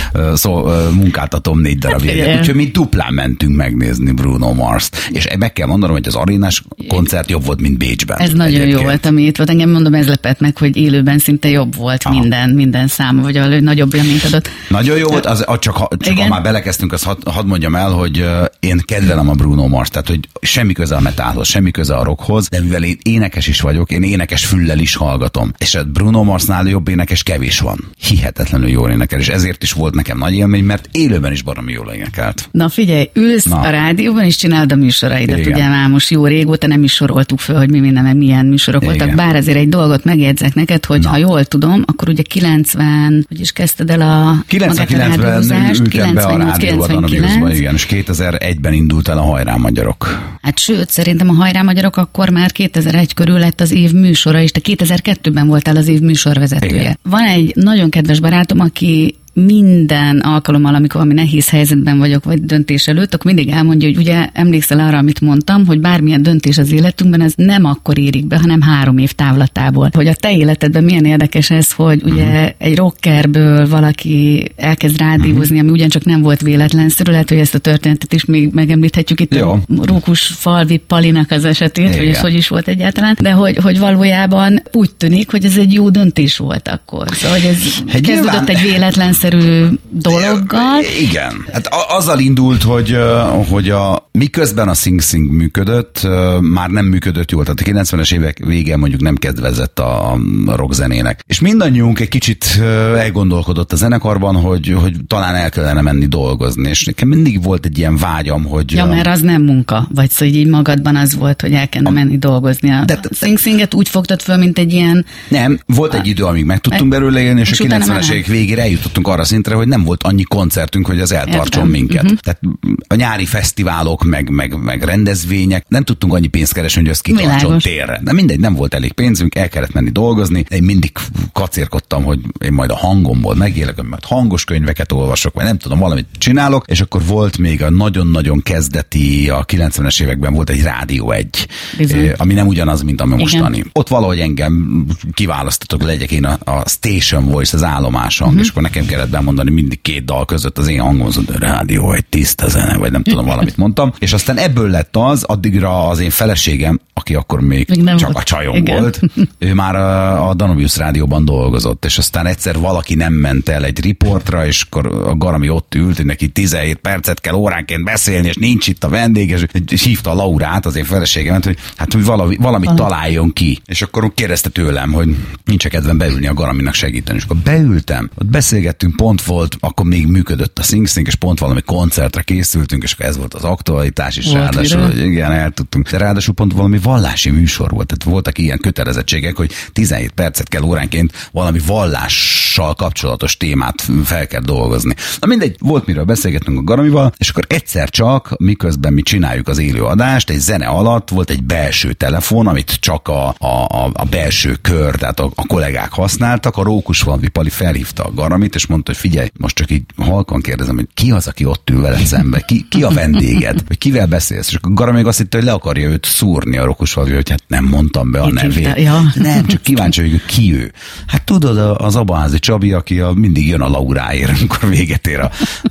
[SPEAKER 3] munkáltatóm 4 darab jegyet. Úgyhogy mi duplán mentünk megnézni Bruno Mars-t. És meg kell mondanom, hogy az arénás koncert jobb volt, mint Bécsben.
[SPEAKER 2] Ez nagyon jó volt, ami itt volt. Engem mondom, ez lepett meg, hogy élőben szinte jobb volt minden száma, vagy valami nagyobb élményt adott.
[SPEAKER 3] Nagyon jó volt, csak ha már belekezdtünk, azt hadd mondjam el, hogy én kedvelem a Bruno Mars, tehát hogy semmi köze a metálhoz, semmi köze a rockhoz, de mivel én énekes is vagyok, én énekes füllel is hallgatom. És a Bruno Marsnál jobb énekes kevés van. Hihetetlenül jól énekel, és ezért is volt nekem nagy élmény, mert élőben is baromi jól énekelt.
[SPEAKER 2] Na figyelj, ülsz a rádióban, és csinálod a műsoraidat. Igen. Ugye már most jó régóta nem is soroltuk föl, hogy mi minden, meg milyen műsorok voltak, bár azért egy dolgot megjegyzek neked, hogy ha jól tudom, akkor ugye 90, hogy is kezdted el a
[SPEAKER 3] 99-ben ültem be a rádióban, igen, és 2001-ben indult el a Hajrá Magyarok.
[SPEAKER 2] Hát sőt, szerintem a Hajrá Magyarok akkor már 2001 körül lett az év műsora, és te 2002-ben voltál az év műsorvezetője. Igen. Van egy nagyon kedves barátom, aki minden alkalommal, amikor valami nehéz helyzetben vagyok, vagy döntés előtt, akkor mindig elmondja, hogy ugye emlékszel arra, amit mondtam, hogy bármilyen döntés az életünkben, ez nem akkor érik be, hanem 3 év távlatából. Hogy a te életedben milyen érdekes ez, hogy ugye egy rockerből valaki elkezd rádiózni, ami ugyancsak nem volt véletlenszerű, lehet, hogy ezt a történetet is még megemlíthetjük itt a Rókus-falvi Palinak az esetét, hogy ez hogy is volt egyáltalán, de hogy valójában úgy tűnik, hogy ez egy jó döntés volt akkor. Szóval, hogy ez kezdődött egy véletlenszerű dologgal.
[SPEAKER 3] Igen. Hát azzal indult, hogy miközben a Sing Sing működött, már nem működött jól. Tehát a 90-es évek vége mondjuk nem kedvezett a rockzenének. És mindannyiunk egy kicsit elgondolkodott a zenekarban, hogy talán el kellene menni dolgozni. És nekem mindig volt egy ilyen vágyam, hogy...
[SPEAKER 2] Ja, mert az nem munka. Vagy szóval így magadban az volt, hogy el kellene menni dolgozni. A Sing Singet úgy fogtad föl, mint egy ilyen...
[SPEAKER 3] Nem, volt egy idő, amíg meg tudtunk belőle élni, és a 90-es évek végére eljutottunk arra szintre, hogy nem volt annyi koncertünk, hogy az eltartson minket. Tehát a nyári fesztiválok, meg rendezvények, nem tudtunk annyi pénzt keresni, hogy az kitartson térre. De mindegy, nem volt elég pénzünk, el kellett menni dolgozni. Én mindig kacérkodtam, hogy én majd a hangomból megélek, majd hangos könyveket olvasok, vagy nem tudom, valamit csinálok, és akkor volt még a nagyon-nagyon kezdeti, a 90-es években volt egy Rádió 1, ami nem ugyanaz, mint ami mostani. Ott valahogy engem kiválasztottak, legyek én a Station Voice, az állomás hang, és akkor nekem kellett bemondani mindig 2 dal között az én hangom, az a Rádió 1 tiszta zene, vagy nem tudom, valamit mondtam. És aztán ebből lett addigra az én feleségem, aki akkor még csak volt. A csajom volt, ő már a Danubius Rádióban dolgozott, és aztán egyszer valaki nem ment el egy riportra, és akkor a Garami ott ült, hogy neki 17 percet kell óránként beszélni, és nincs itt a vendég, és hívta a Laurát, az én feleségemet, hogy hát hogy valamit találjon ki. És akkor kérdezte tőlem, hogy nincs kedvem beülni a Garaminak segíteni. És akkor beültem, ott beszélgettünk, pont volt, akkor még működött a Sing Sing, és pont valami koncertre készültünk, és akkor ez volt az aktualitás is, ráadásul, hogy igen, el tudtunk. De ráadásul pont valami vallási műsor volt, tehát voltak ilyen kötelezettségek, hogy 17 percet kell óránként valami vallással kapcsolatos témát fel kell dolgozni. Na mindegy, volt miről beszélgettünk a Garamival, és akkor egyszer csak, miközben mi csináljuk az élő adást, egy zene alatt volt egy belső telefon, amit csak a belső kör, tehát a kollégák használtak, a Rókus-falvi Pali felhívta a Garamit, és mondta, hogy figyelj, most csak így halkan kérdezem, hogy ki az, aki ott ül veled szembe, ki a vendéged, vagy kivel beszélsz, és akkor Gara még azt hitte, hogy le akarja őt szúrni a Rokusvalvi, hogy hát nem mondtam be a nevét.
[SPEAKER 2] Ja.
[SPEAKER 3] Nem, csak kíváncsi, hogy ki ő. Hát tudod, az Abaházi Csabi, aki mindig jön a Lauráért, amikor véget ér a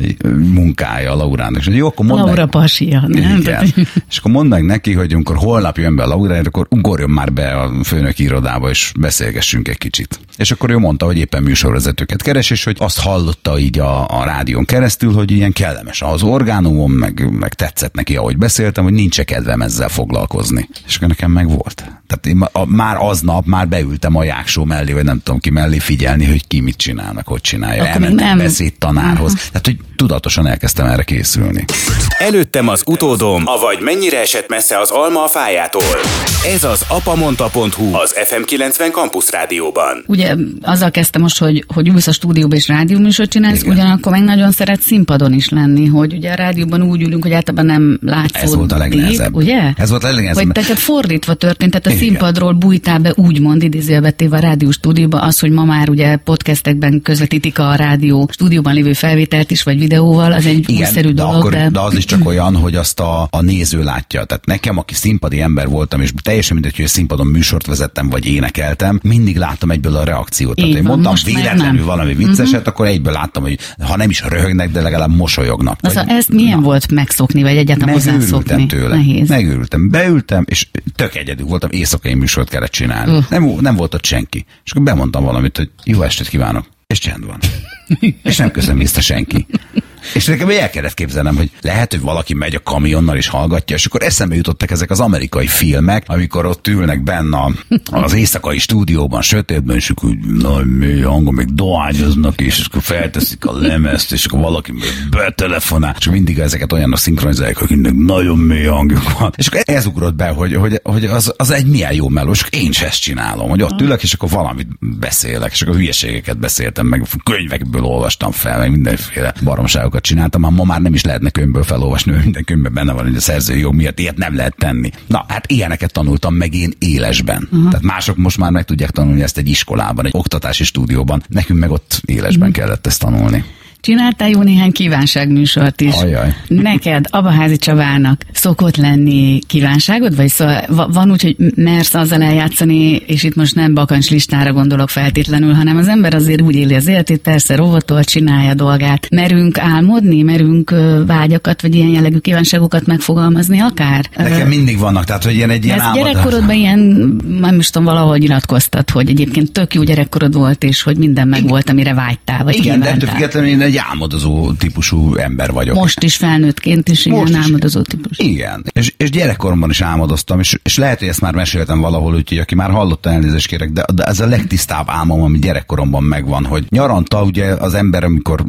[SPEAKER 3] munkája a Laurának. És jó, akkor
[SPEAKER 2] Laura pasia, nem?
[SPEAKER 3] És akkor mondd meg neki, hogy amikor holnap jön be a Lauráért, akkor ugorjon már be a főnök irodába, és beszélgessünk egy kicsit. És akkor ő mondta, hogy éppen műsorvezetőket keres, és hogy azt hallotta így a rádión keresztül, hogy ilyen kellemes az orgánumom, meg tetszett neki, ahogy beszéltem, hogy nincs kedvem ezzel foglalkozni. És akkor nekem meg volt. Tehát én már aznap már beültem a Jáksó mellé, vagy nem tudom ki mellé figyelni, hogy ki mit csinálnak, hogy csinálja. Elmentem beszédtanárhoz. Tehát, hogy tudatosan elkezdtem erre készülni.
[SPEAKER 1] Előttem az utódom, avagy mennyire esett messze az alma a fájától. Ez az apamonta.hu az FM90 Campus Rádióban.
[SPEAKER 2] Ugye azzal kezdtem most, hogy ülsz a stúdióba és rádióműsort csinálsz, ugyanakkor meg nagyon szeret színpadon is lenni, hogy ugye a rádióban úgy ülünk, hogy általában nem látszódik.
[SPEAKER 3] Ez volt a legnehezebb.
[SPEAKER 2] Ugye?
[SPEAKER 3] Ez volt a legnehezebb.
[SPEAKER 2] Hogy tehát fordítva történt, tehát a színpadról bújtál be, úgymond idézőjelbe téve a rádió stúdióba, az, hogy ma már ugye podcastekben közvetítik a rádió stúdióban lévő felvételt is, vagy videóval, az egy újszerű dolog.
[SPEAKER 3] De az is csak olyan, hogy azt a néző látja. Tehát nekem, aki színpadi ember voltam, és teljesen mindegy, hogy a színpadon műsort vezettem, vagy énekeltem, mindig láttam egyből a reakciót. Tehát, hogy mondtam véletlenül valami vicceset, akkor egyből láttam, hogy ha nem is röhögnek, de legalább mosolyognak.
[SPEAKER 2] Ezt milyen volt megszokni, vagy egyáltalán hozzászokni?
[SPEAKER 3] Tőle.
[SPEAKER 2] Nehéz.
[SPEAKER 3] Megőrültem. Beültem, és tök egyedül voltam, éjszakai műsort kellett csinálni. Nem volt ott senki. És akkor bemondtam valamit, hogy jó estét kívánok. És csend van. És nem köszönöm észre senki. És nekem el kellett képzelnem, hogy lehet, hogy valaki megy a kamionnal és hallgatja, és akkor eszembe jutottak ezek az amerikai filmek, amikor ott ülnek benne az éjszakai stúdióban, sötétben, és akkor nagy mély hangon, még dohányoznak, és akkor felteszik a lemezt, és akkor valaki betelefonál, és mindig ezeket olyanok szinkronizálják, akiknek nagyon mély hangjuk van. És akkor ez ugrott be, hogy az egy milyen jó melós, én is ezt csinálom, hogy ott ülök, és akkor valamit beszélek, és akkor hülyeségeket beszéltem, meg könyvekből olvastam fel, meg mindenféle baromságokat csináltam, ma már nem is lehetne könyvből felolvasni, mert minden könyvben benne van, hogy a szerzői jog miatt ilyet nem lehet tenni. Na, hát ilyeneket tanultam meg én élesben. Tehát mások most már meg tudják tanulni ezt egy iskolában, egy oktatási stúdióban. Nekünk meg ott élesben kellett ezt tanulni.
[SPEAKER 2] Csináltál jó néhány kívánságműsort is.
[SPEAKER 3] Ajaj.
[SPEAKER 2] Neked, Abaházi Csabának szokott lenni kívánságod? Vagy szóval van úgy, hogy mersz azzal eljátszani, és itt most nem bakancs listára gondolok feltétlenül, hanem az ember azért úgy éli az életét, persze rovatol, csinálja a dolgát. Merünk álmodni, merünk vágyakat, vagy ilyen jellegű kívánságokat megfogalmazni akár?
[SPEAKER 3] Nekem mindig vannak, tehát hogy ilyen egy ilyen álmodás.
[SPEAKER 2] Gyerekkorodban ilyen, nem is tudom, valahol nyilatkoztat, hogy egyébként tök jó gyerekkorod volt, és hogy minden meg volt, amire vágytál, vagy
[SPEAKER 3] igen,
[SPEAKER 2] kívántál.
[SPEAKER 3] de függetlenül én egy álmodozó típusú ember vagyok.
[SPEAKER 2] Most is felnőttként is ilyen álmodozó típus.
[SPEAKER 3] Igen. És gyerekkoromban is álmodoztam, és lehet, hogy ezt már meséltem valahol, úgyhogy aki már hallotta, elnézést kérek, de ez a legtisztább álmom, ami gyerekkoromban megvan, hogy nyaranta ugye az ember, amikor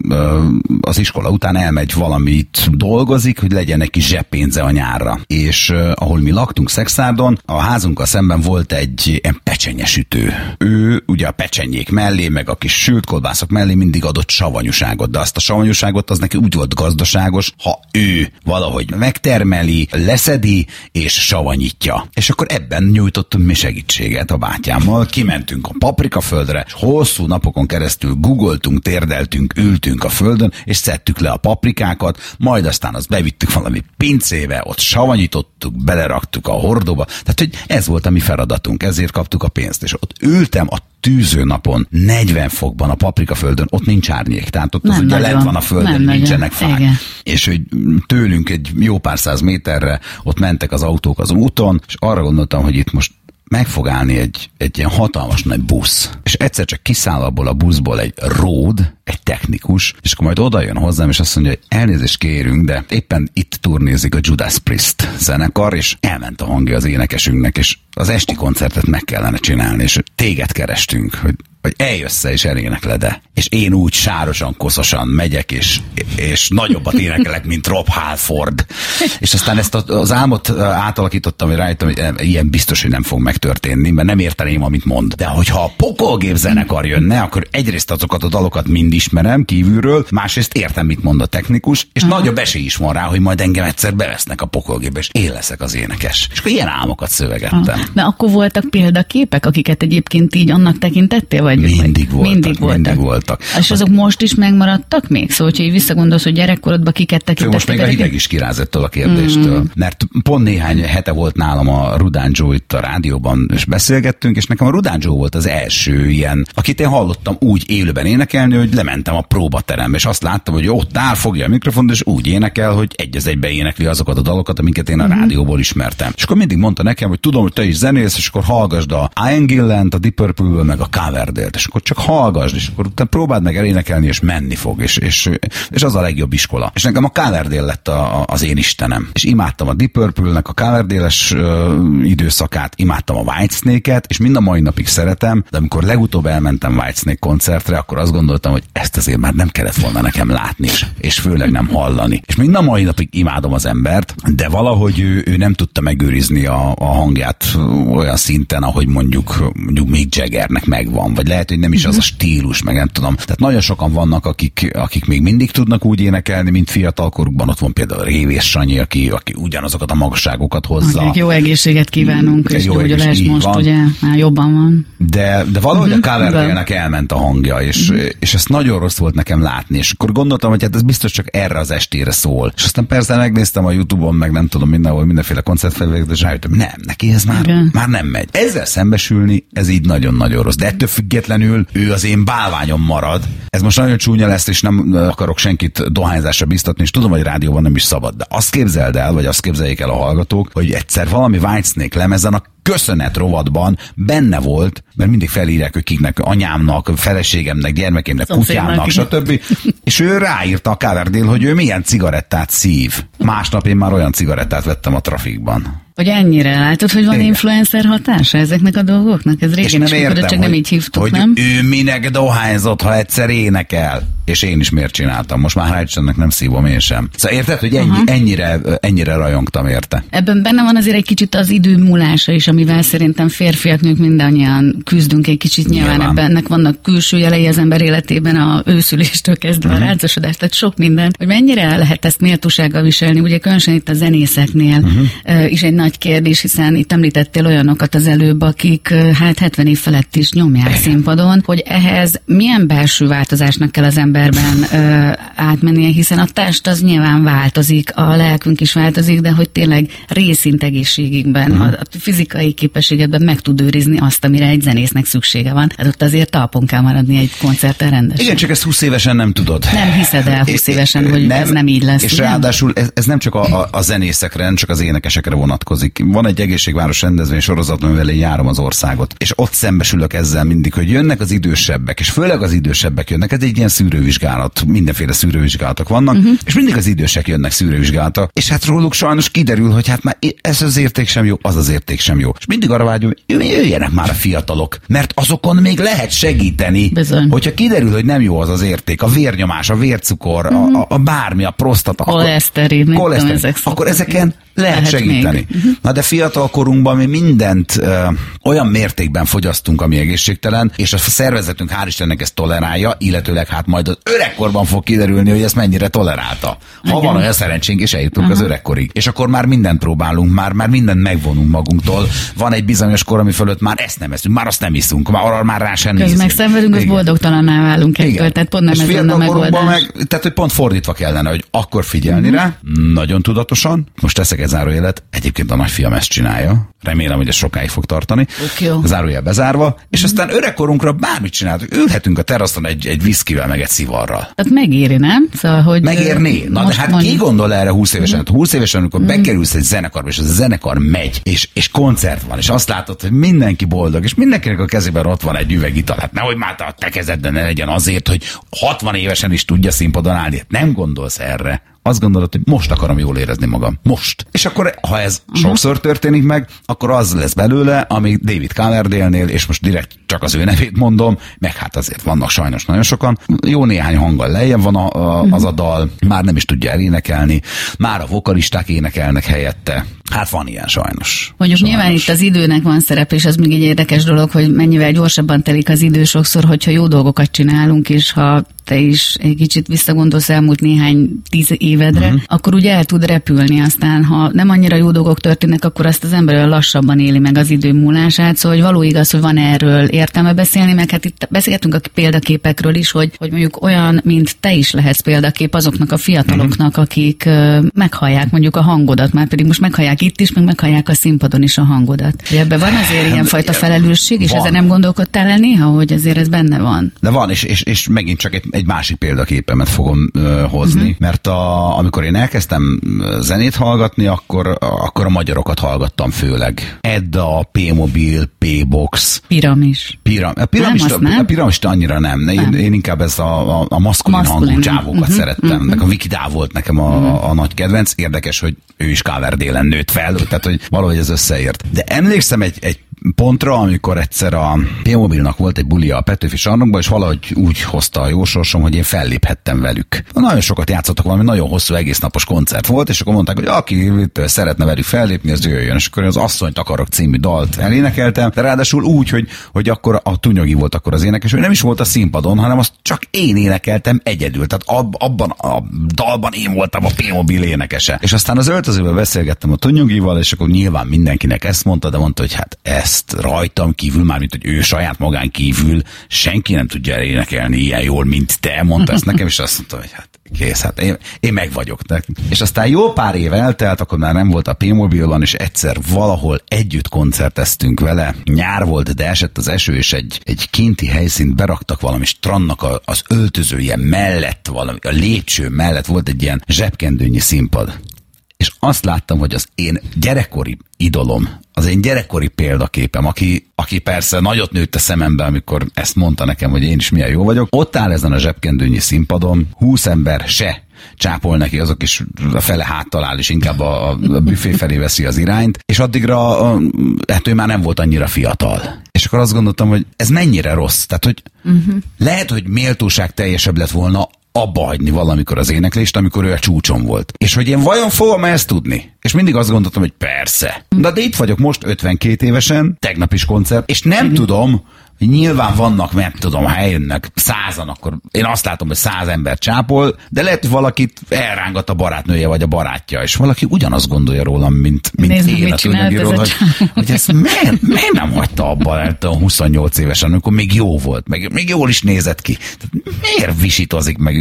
[SPEAKER 3] az iskola után elmegy valamit dolgozik, hogy legyen egy kis zseppénze a nyárra. És ahol mi laktunk Szexárdon, a házunkkal szemben volt egy ilyen pecsenyesütő. Ő ugye a pecsenyék mellé, meg a kis sült kolbászok mellé mindig adott savanyúságot, de azt a savanyúságot az neki úgy volt gazdaságos, ha ő valahogy megtermeli, leszedi és savanyítja. És akkor ebben nyújtottunk mi segítséget a bátyámmal, kimentünk a paprikaföldre, és hosszú napokon keresztül googoltunk, térdeltünk, ültünk a földön, és szedtük le a paprikákat, majd aztán azt bevittük valami pincébe, ott savanyítottuk, beleraktuk a hordóba. Tehát, hogy ez volt a mi feladatunk, ezért kaptuk a pénzt. És ott ültem a tűző napon, 40 fokban a paprikaföldön, ott nincs árnyék, tehát ott az ugye lent van a földön, nincsenek fák. Igen. És hogy tőlünk egy jó pár száz méterre ott mentek az autók az úton, és arra gondoltam, hogy itt most meg fog állni egy ilyen hatalmas nagy busz. És egyszer csak kiszáll abból a buszból egy ród, egy technikus, és akkor majd oda jön hozzám, és azt mondja, hogy elnézést kérünk, de éppen itt turnézik a Judas Priest zenekar, és elment a hangja az énekesünknek, és az esti koncertet meg kellene csinálni, és téged kerestünk, hogy eljössz és elénekled-e. És én úgy sárosan, koszosan megyek, és nagyobbat énekelek, mint Rob Halford. És aztán ezt az álmot átalakítottam, hogy rájöttem, hogy ilyen biztos, hogy nem fog megtörténni, mert nem érteném, amit mond. De hogyha a Pokolgép zenekar jönne, akkor egyrészt azokat a dalokat mind ismerem kívülről, másrészt értem, mit mond a technikus, és nagyobb esély is van rá, hogy majd engem egyszer bevesznek a pokolgépbe, és én leszek az énekes. És akkor ilyen álmokat szövegettem.
[SPEAKER 2] De akkor voltak példaképek, akiket egyébként így annak tekintettél? Vagy
[SPEAKER 3] mindig voltak.
[SPEAKER 2] És azok most is megmaradtak még? Szóval, hogyha így visszagondolsz, hogy gyerekkorodban kiket tekintettek?
[SPEAKER 3] Most még a hideg is kiráz ettől a kérdéstől. Mert pont néhány hete volt nálam a Rudán Joe itt a rádióban, és beszélgettünk, és nekem a Rudán Joe volt az első ilyen, akit én hallottam úgy élőben énekelni, hogy lementem a próbaterembe, és azt láttam, hogy ott áll, fogja a mikrofont, és úgy énekel, hogy egy az egybe énekli azokat a dalokat, amiket én a rádióból ismertem. És akkor mindig mondta nekem, hogy tudom, hogy te is zenélsz, és akkor hallgasd a Ian Gillent, a Deep Purple-ből, meg a Coverdale-t, és akkor csak hallgasd, és akkor utána próbáld meg elénekelni, és menni fog, és az a legjobb iskola. És nekem a Coverdale lett az én istenem. És imádtam a Deep Purple-nek a Coverdale-es időszakát, imádtam a Whitesnake-et, és mind a mai napig szeretem, de amikor legutóbb elmentem Whitesnake koncertre, akkor azt gondoltam, hogy ezt azért már nem kellett volna nekem látni, és főleg nem hallani. És mind a mai napig imádom az embert, de valahogy ő nem tudta megőrizni a hangját olyan szinten, ahogy mondjuk Mick Jaggernek megvan, vagy lehet, hogy nem is az a stílus, meg nem tudom. Tehát nagyon sokan vannak, akik még mindig tudnak úgy énekelni, mint fiatalkorukban. Ott van például Révés Sanyi, aki ugyanazokat a magasságokat hozza.
[SPEAKER 2] Akik jó egészséget kívánunk, és jó, hogy lesz most, van. Ugye, már jobban van.
[SPEAKER 3] De valahogy a Coverdale-nek elment a hangja, és ezt nagyon rossz volt nekem látni, és akkor gondoltam, hogy hát ez biztos csak erre az estére szól. És aztán persze megnéztem a YouTube-on, meg nem tudom, mindenhol mindenféle koncertfelvételt, és rájöttem, nem, neki ez már nem megy. Ezzel szembesülni, ez így nagyon-nagyon rossz. De ettől függetlenül ő az én bálványom marad. Ez most nagyon csúnya lesz, és nem akarok senkit dohányzásra biztatni, és tudom, hogy rádióban nem is szabad. De azt képzeld el, vagy azt képzeljék el a hallgatók, hogy egyszer valami Whitesnake lemezen a köszönet rovatban benne volt, mert mindig felírják, hogy kiknek, anyámnak, feleségemnek, gyermekemnek, kutyámnak, stb. És ő ráírta a Coverdale, hogy ő milyen cigarettát szív. Másnap én már olyan cigarettát vettem a trafikban.
[SPEAKER 2] Hogy ennyire látod, hogy van influencer hatása ezeknek a dolgoknak? Ez régen is működött, csak nem így hívtuk,
[SPEAKER 3] hogy
[SPEAKER 2] nem?
[SPEAKER 3] Ő minek dohányzott, ha egyszer énekel. És én is miért csináltam. Most már Hájtsennek nem szívom én sem. Szóval érted, hogy ennyire rajongtam érte.
[SPEAKER 2] Ebben benne van azért egy kicsit az idő múlása is, amivel szerintem férfiak, nők mindannyian küzdünk egy kicsit. Nyilván ennek vannak külső jelei az ember életében, a őszüléstől kezdve a rácosodást, tehát sok minden. Hogy mennyire lehet ezt méltósággal viselni, ugye különösen itt a zenészeknél is egy nagy kérdés, hiszen itt említettél olyanokat az előbb, akik 70 év felett is nyomják színpadon, hogy ehhez milyen belső változásnak kell az emberben átmennie, hiszen a test az nyilván változik, a lelkünk is változik, de hogy tényleg részint egészségükben, a fizikai képességedben meg tud őrizni azt, amire egy zenésznek szüksége van. Hát ott azért talpon kell maradni egy koncerten rendesen.
[SPEAKER 3] Igen, csak ezt 20 évesen nem tudod.
[SPEAKER 2] Nem hiszed el 20 évesen, hogy ez nem így lesz.
[SPEAKER 3] És
[SPEAKER 2] ugye?
[SPEAKER 3] Ráadásul ez nem csak a zenészekre, nem csak az énekesekre vonatkozik. Van egy egészségváros rendezvény sorozat, amivel én járom az országot, és ott szembesülök ezzel mindig, hogy jönnek az idősebbek, és főleg az idősebbek jönnek. Ez egy ilyen szűrővizsgálat, mindenféle szűrővizsgálatok vannak, és mindig az idősek jönnek szűrővizsgálatra, és hát róluk sajnos kiderül, hogy hát már ez az érték sem jó, az az érték sem jó. És mindig arra vágyom, hogy jöjjenek már a fiatalok, mert azokon még lehet segíteni. Bizony. Hogyha kiderül, hogy nem jó az az érték, a vérnyomás, a vércukor, a bármi, a prostata,
[SPEAKER 2] koleszterin,
[SPEAKER 3] akkor ezeken lehet segíteni. Na de fiatal korunkban mi mindent olyan mértékben fogyasztunk, ami egészségtelen, és a szervezetünk hál' Istennek ezt tolerálja, illetőleg hát majd az öregkorban fog kiderülni, hogy ezt mennyire tolerálta. Ha van olyan szerencsénk, és eljutunk az öregkorig. És akkor már mindent próbálunk, már mindent megvonunk magunktól. Van egy bizonyos kor, ami fölött már ezt nem eszünk, már azt nem iszunk, már rá sem nézünk.
[SPEAKER 2] Megszenvedünk, az boldogtalanná válunk ettől, tehát pont nem ez lenne a megoldás.
[SPEAKER 3] Tehát, hogy pont fordítva kellene, hogy akkor figyelni rá, nagyon tudatosan. Most teszek egy zárójelet, egyébként a nagyfiam ezt csinálja. Remélem, hogy ez sokáig fog tartani. Zárójel bezárva, és aztán öregkorunkra bármit csinálunk. Ülhetünk a teraszon egy viszkivel, meg egy szivarral.
[SPEAKER 2] Tehát megéri, nem? Szóval, hogy
[SPEAKER 3] megérni. Na de hát ki gondol erre 20 évesen? 20 évesen, amikor bekerülsz egy zenekarba, és az a zenekar megy, és koncert van, és azt látod, hogy mindenki boldog, és mindenkinek a kezében ott van egy üveg ital. Hát nehogy már a te kezedben ne legyen azért, hogy 60 évesen is tudja színpadon állni. Nem gondolsz erre. Azt gondolod, hogy most akarom jól érezni magam. Most. És akkor, ha ez sokszor történik meg, akkor az lesz belőle, ami David Coverdale-nél, és most direkt csak az ő nevét mondom, meg hát azért vannak sajnos nagyon sokan. Jó néhány hanggal lejjebb van az a dal, már nem is tudja elénekelni, már a vokalisták énekelnek helyette. Hát van ilyen sajnos.
[SPEAKER 2] Mondjuk nyilván itt az időnek van szerep, és az még egy érdekes dolog, hogy mennyivel gyorsabban telik az idő sokszor, hogyha jó dolgokat csinálunk, és ha te is egy kicsit visszagondolsz elmúlt néhány 10 évedre, akkor ugye el tud repülni, aztán ha nem annyira jó dolgok történnek, akkor azt az ember olyan lassabban éli meg az idő múlását, szóval hogy való igaz, hogy van erről értelme beszélni, meg hát itt beszélgetünk a példaképekről is, hogy mondjuk olyan, mint te is lehetsz példakép azoknak a fiataloknak, akik meghallják mondjuk a hangodat, már pedig most meghallják itt is, meg meghallják a színpadon is a hangodat. Ebben van azért ilyenfajta felelősség, és ezzel nem gondolkodtál el néha, hogy azért ez benne van?
[SPEAKER 3] De van, és megint csak egy másik példaképemet fogom hozni, mert amikor én elkezdtem zenét hallgatni, akkor a magyarokat hallgattam főleg. Edda, P-Mobil, P-Box.
[SPEAKER 2] Piramis.
[SPEAKER 3] A piramist annyira nem. Én inkább ezt a maszkulin hangú csávókat szerettem. A Viki Dá volt nekem a nagy kedvenc. Érdekes, hogy ő is Coverdale-en nőtt fel, tehát hogy valahogy ez összeért. De emlékszem egy pontra, amikor egyszer a P-Mobilnak volt egy bulia a Petőfi Sarnokban, és valahogy úgy hozta a jó sorsom, hogy én felléphettem velük. Nagyon sokat játszottak, valami nagyon hosszú egész napos koncert volt, és akkor mondták, hogy aki szeretne velük fellépni, az jöjjön. És akkor az Asszonyt akarok című dalt elénekeltem, de ráadásul úgy, hogy akkor a Tunyogi volt akkor az énekes, hogy nem is volt a színpadon, hanem azt csak én énekeltem egyedül. Tehát abban a dalban én voltam a P-Mobil énekese. És aztán az öltözőben beszélgettem a Tunyogival, és akkor nyilván mindenkinek ezt mondta, de mondta, hogy hát ezt rajtam kívül, mármint, hogy ő saját magán kívül senki nem tudja énekelni ilyen jól, mint te, mondta ezt nekem, és azt mondta, hogy hát kész, hát én meg vagyok. És aztán jó pár év eltelt, akkor már nem volt a P-Mobilban, és egyszer valahol együtt koncerteztünk vele. Nyár volt, de esett az eső, és egy kinti helyszínt beraktak valami strandnak az öltözője mellett, valami, a lépcső mellett volt egy ilyen zsebkendőnyi színpad. És azt láttam, hogy az én gyerekkori idolom, az én gyerekkori példaképem, aki persze nagyot nőtt a szemembe, amikor ezt mondta nekem, hogy én is milyen jó vagyok, ott áll ezen a zsebkendőnyi színpadon, 20 ember se csápol neki, azok is a fele háttal áll, és inkább a büfé felé veszi az irányt, és addigra hát ő már nem volt annyira fiatal. És akkor azt gondoltam, hogy ez mennyire rossz. Tehát, hogy lehet, hogy méltóság teljesebb lett volna abba hagyni valamikor az éneklést, amikor ő a csúcson volt. És hogy én vajon fogom ezt tudni? És mindig azt gondoltam, hogy persze. De itt vagyok most 52 évesen, tegnap is koncert, és nem tudom, hogy nyilván vannak, nem tudom, ha eljönnek 100-an, akkor én azt látom, hogy 100 ember csápol, de lehet, hogy valakit elrángat a barátnője vagy a barátja, és valaki ugyanazt gondolja rólam, mint én a Tunyogiról, hogy ezt miért nem hagyta abban 28 évesen, amikor még jó volt, még jól is nézett ki. Tehát miért visítozik meg?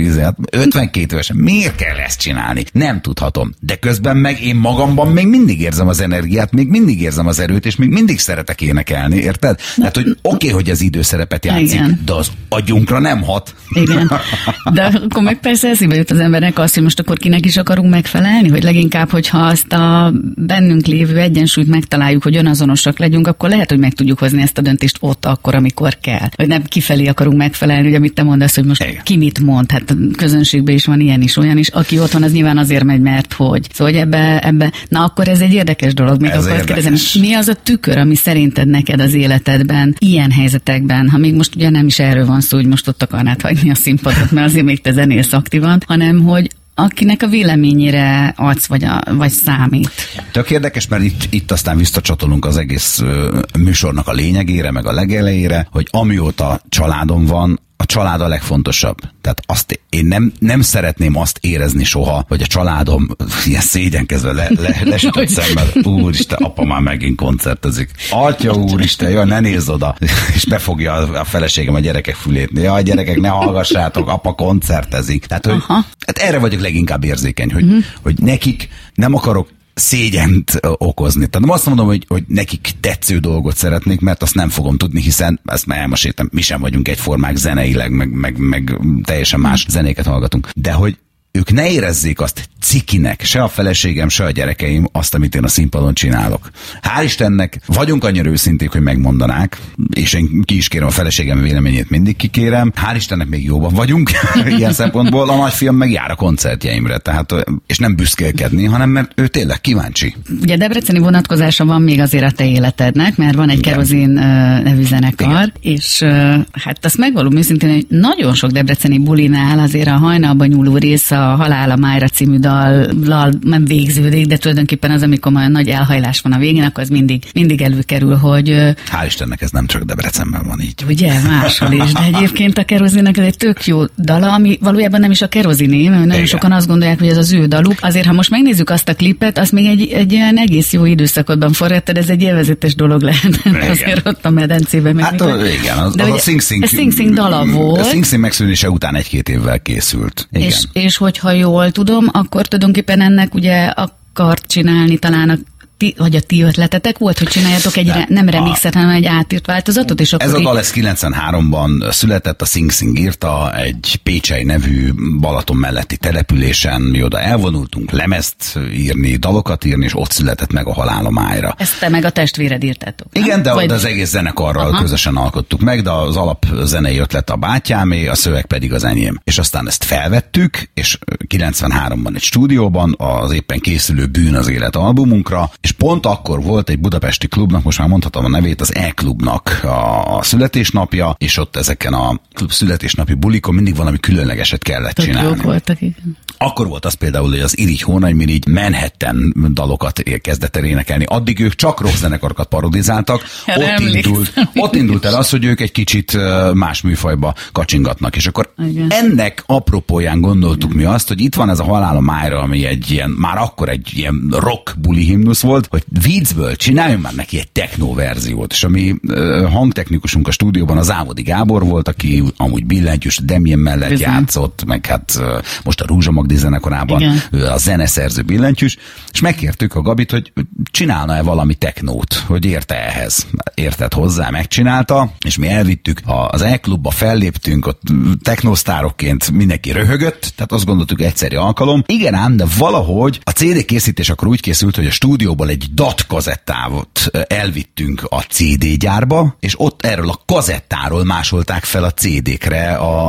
[SPEAKER 3] 52 évesen, miért kell ezt csinálni? Nem tudhatom. De közben meg én magamban még mindig érzem az energiát, még mindig érzem az erőt, és még mindig szeretek énekelni, érted? Tehát, hogy oké, hogy az idő szerepet játszik, igen, de az agyunkra nem hat.
[SPEAKER 2] Igen. De akkor meg persze eszébe jut az embernek azt, hogy most akkor kinek is akarunk megfelelni, hogy leginkább, hogyha azt a bennünk lévő egyensúlyt megtaláljuk, hogy önazonosak legyünk, akkor lehet, hogy meg tudjuk hozni ezt a döntést ott akkor, amikor kell. Hogy nem kifelé akarunk megfelelni, hogy amit te mondasz, hogy most igen, ki mit mond. Hát a közönségben is van ilyen is, olyan is. Aki otthon, az nyilván azért megy, mert hogy. Szóval, hogy ebbe, na akkor ez egy érdekes dolog. Még akkor kérdezem, mi az a tükör, ami szerinted neked az életedben ilyen helyzetekben, ha még most ugye nem is erről van szó, hogy most ott akarnád hagyni a színpadot, mert azért még te zenélsz aktívan, hanem hogy akinek a véleményére adsz, vagy számít.
[SPEAKER 3] Tök érdekes, mert itt aztán visszacsatolunk az egész műsornak a lényegére, meg a legelejére, hogy amióta családom van, a család a legfontosabb. Tehát azt én nem szeretném azt érezni soha, hogy a családom ilyen szégyenkezve lesütött szemmel. Úristen, apa már megint koncertezik. Atya úristen, jaj, ne nézz oda. És befogja a feleségem a gyerekek fülét. Jaj, gyerekek, ne hallgassátok, apa koncertezik. Tehát, hogy, hát erre vagyok leginkább érzékeny, hogy nekik nem akarok szégyent okozni. Tehát nem azt mondom, hogy nekik tetsző dolgot szeretnék, mert azt nem fogom tudni, hiszen ezt már elmeséltem, mi sem vagyunk egyformák zeneileg, meg teljesen más zenéket hallgatunk. De hogy ők ne érezzék azt cikinek, se a feleségem, se a gyerekeim azt, amit én a színpadon csinálok. Hál' Istennek vagyunk annyira őszinték, hogy megmondanák, és én ki is kérem a feleségem véleményét, mindig kikérem. Hál' Istennek még jóban vagyunk ilyen szempontból. A nagyfiam meg jár a koncertjeimre, tehát, és nem büszkélkedni, hanem mert ő tényleg kíváncsi. Ugye
[SPEAKER 2] debreceni vonatkozása van még azért a te életednek, mert van egy Kerozin nevű zenekar, és hát azt megvalom őszintén, hogy nagyon sok debreceni bulinál azért a hajnalba nyúló rész Halál a májra című dallal nem végződik, de tulajdonképpen az, amikor olyan nagy elhajlás van a végén, akkor az mindig előkerül, hogy...
[SPEAKER 3] Hál' Istennek ez nem csak Debrecenben van így.
[SPEAKER 2] Ugye, máshol is, de egyébként a Kerozinnak ez egy tök jó dala, ami valójában nem is a Keroziné, mert nagyon sokan azt gondolják, hogy ez az ő daluk. Azért, ha most megnézzük azt a klipet, az még egy ilyen egész jó időszakodban forgattad, ez egy élvezetes dolog lehet. Azért ott a medencében.
[SPEAKER 3] Hát igen, az a Sing
[SPEAKER 2] Sing dala volt.
[SPEAKER 3] A Sing megszűnése után 1-2 évvel készült.
[SPEAKER 2] És hogyha jól tudom, akkor tulajdonképpen ennek ugye akart csinálni talán vagy a ti ötletetek volt, hogy csináljatok egy nem remixet, hanem egy átírt változatot? És akkor
[SPEAKER 3] ez a dal 93-ban született, a Sing Sing írta egy Pécsely nevű Balaton melletti településen, mi oda elvonultunk lemezt írni, dalokat írni, és ott született meg a Halál a májra.
[SPEAKER 2] Ezt te meg a testvéred írtátok?
[SPEAKER 3] Igen, de az egész zenekarral közösen alkottuk meg, de az alap zenei ötlet a bátyámé, a szöveg pedig az enyém. És aztán ezt felvettük, és 93-ban egy stúdióban, az éppen készülő Bűn az élet albumunkra, és pont akkor volt egy budapesti klubnak, most már mondhatom a nevét, az E-klubnak a születésnapja, és ott ezeken a klub születésnapi bulikon mindig valami különlegeset kellett csinálni.
[SPEAKER 2] Jók voltak, igen.
[SPEAKER 3] Akkor volt az például, hogy az Irigy Hónagymirigy Manhattan dalokat kezdett el énekelni. Addig ők csak rockzenekarokat parodizáltak. Ott indult el az, hogy ők egy kicsit más műfajba kacsingatnak. És akkor ennek apropóján gondoltuk mi azt, hogy itt van ez a Halál a májra, ami egy ilyen, már akkor egy ilyen rock buli himnusz volt, hogy viccből csináljunk már neki egy techno verziót. És a mi hangtechnikusunk a stúdióban az Ávodi Gábor volt, aki amúgy billentyűs Demjén mellett játszott, meg hát most a Rúzsa Magdi zenekarában a zeneszerző billentyűs, és megkértük a Gabit, hogy csinálna-e valami technót, hogy érte ehhez. Értett hozzá, megcsinálta, és mi elvittük az E-klubba, felléptünk, ott technosztárokként mindenki röhögött, tehát azt gondoltuk, egyszerű alkalom. Igen ám, de valahogy a CD készítés akkor úgy készült, hogy a stúdióból egy DAT kazettát elvittünk a CD gyárba, és ott erről a kazettáról másolták fel a CD-kre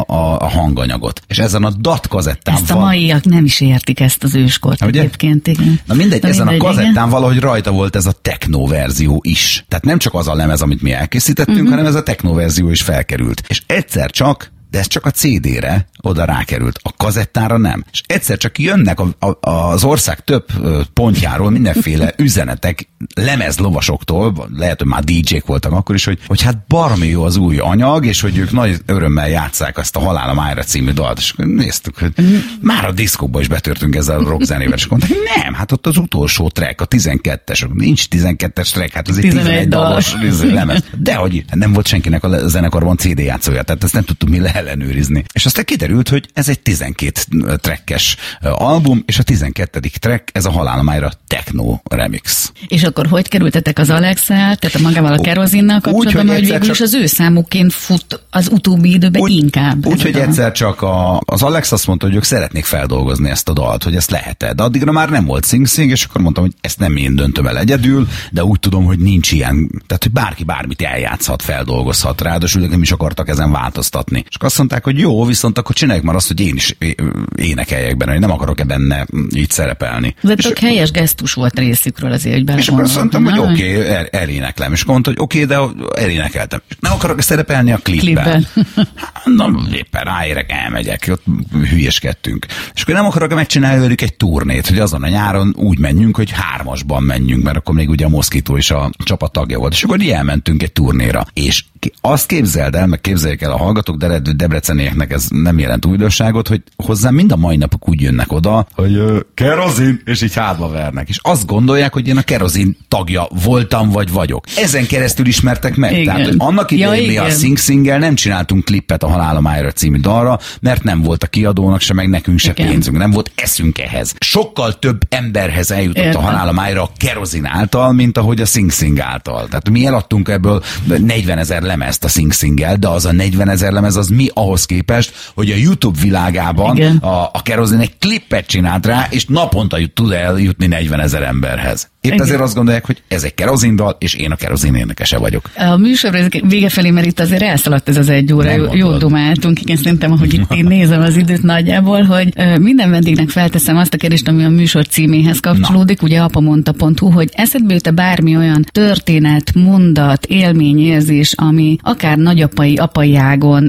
[SPEAKER 3] a hanganyagot. És ezen a DAT kazettán
[SPEAKER 2] ezt a maiak nem is értik, ezt az őskort egyébként, igen.
[SPEAKER 3] Na mindegy, ezen a kazettán valahogy rajta volt ez a techno verzió is. Tehát nem csak az a lemez, amit mi elkészítettünk, hanem ez a techno verzió is felkerült. És egyszer csak, de ez csak a CD-re oda rákerült, a kazettára nem. És egyszer csak jönnek az ország több pontjáról mindenféle üzenetek lemezlovasoktól, lehet, hogy már DJ-k voltak akkor is, hogy hát baromi jó az új anyag, és hogy ők nagy örömmel játsszák azt a Halál a májra című dalt. És néztük, hogy már a diszkóba is betörtünk ezzel a rockzenével, és mondták, nem, hát ott az utolsó track, a 12-es, nincs 12-es track, hát ez egy 11 dalos lemez. Dehogy nem volt senkinek a zenekarban CD játszója, tehát ezt nem tudtuk mi ellenőrizni. És aztán kiderült, hogy ez egy 12 trackes album, és a 12. track, ez a Halál a májra techno remix.
[SPEAKER 2] És akkor hogy kerültetek az Alex-el, tehát magával a Kerozinnal kapcsolatban, hogy végül is az ő számukként fut az utóbbi időben inkább.
[SPEAKER 3] Úgyhogy egyszer csak az Alex azt mondta, hogy ők szeretnék feldolgozni ezt a dalt, hogy ezt lehet-e. De addigra már nem volt Sing Sing, és akkor mondtam, hogy ezt nem én döntöm el egyedül, de úgy tudom, hogy nincs ilyen, tehát hogy bárki bármit eljátszhat, feldolgozhat, ráadásul nem is akartak ezen változtatni. És azt mondták, hogy jó, viszont akkor csináljuk már azt, hogy én is énekeljek benne, hogy nem akarok benne így szerepelni.
[SPEAKER 2] De tök helyes gesztus volt részükről azért, hogy
[SPEAKER 3] és akkor azt mondtam, hogy oké, eléneklem. És mondta, hogy oké, de elénekeltem. Nem akarok szerepelni a klipben. Na, éppen ráérek, elmegyek, ott hülyeskedtünk. És akkor nem akarok megcsinálni velük egy turnét, hogy azon a nyáron úgy menjünk, hogy 3-asban menjünk, mert akkor még ugye a Moszkító is a csapat tagja volt. És akkor így elmentünk egy turnéra. És azt képzeld el, meg képzeljék el a hallgatók, de debrecenieknek ez nem jelent újdonságot, hogy hozzám mind a mai napok úgy jönnek oda, hogy kerozin, és így hátba vernek. És azt gondolják, hogy én a Kerozin tagja voltam, vagy vagyok. Ezen keresztül ismertek meg. Igen. Tehát, hogy annak idején mi a Sing Singgel nem csináltunk klippet a Halál a májra című dalra, mert nem volt a kiadónak se, meg nekünk se pénzünk, nem volt eszünk ehhez. Sokkal több emberhez eljutott a Halál a májra a Kerozin által, mint ahogy a Sing Sing által. Tehát mi eladtunk ebből 40 000 lemezt a Sing Singgel, de az a 40 000 lemez az mi ahhoz képest, hogy a YouTube világában a Kerozin egy klippet csinált rá, és naponta tud eljutni 40 000 emberhez. Épp ezért azt gondolják, hogy ez egy kerozindal, és én a Kerozin énekese vagyok.
[SPEAKER 2] A műsor vége felé, mert itt azért elszaladt ez az 1 óra, jó domáltunk, igen, szerintem, ahogy itt én nézem az időt nagyjából, hogy minden vendégnek felteszem azt a kérdést, ami a műsor címéhez kapcsolódik, ugye apamondta.hu, hogy eszedbe jut-e bármi olyan történet, mondat, élmény, érzés, ami akár nagyapai, apai ágon benned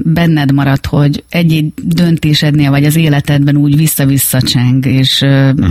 [SPEAKER 2] benned marad, hogy egy döntésednél vagy az életedben úgy vissza-vissza cseng, és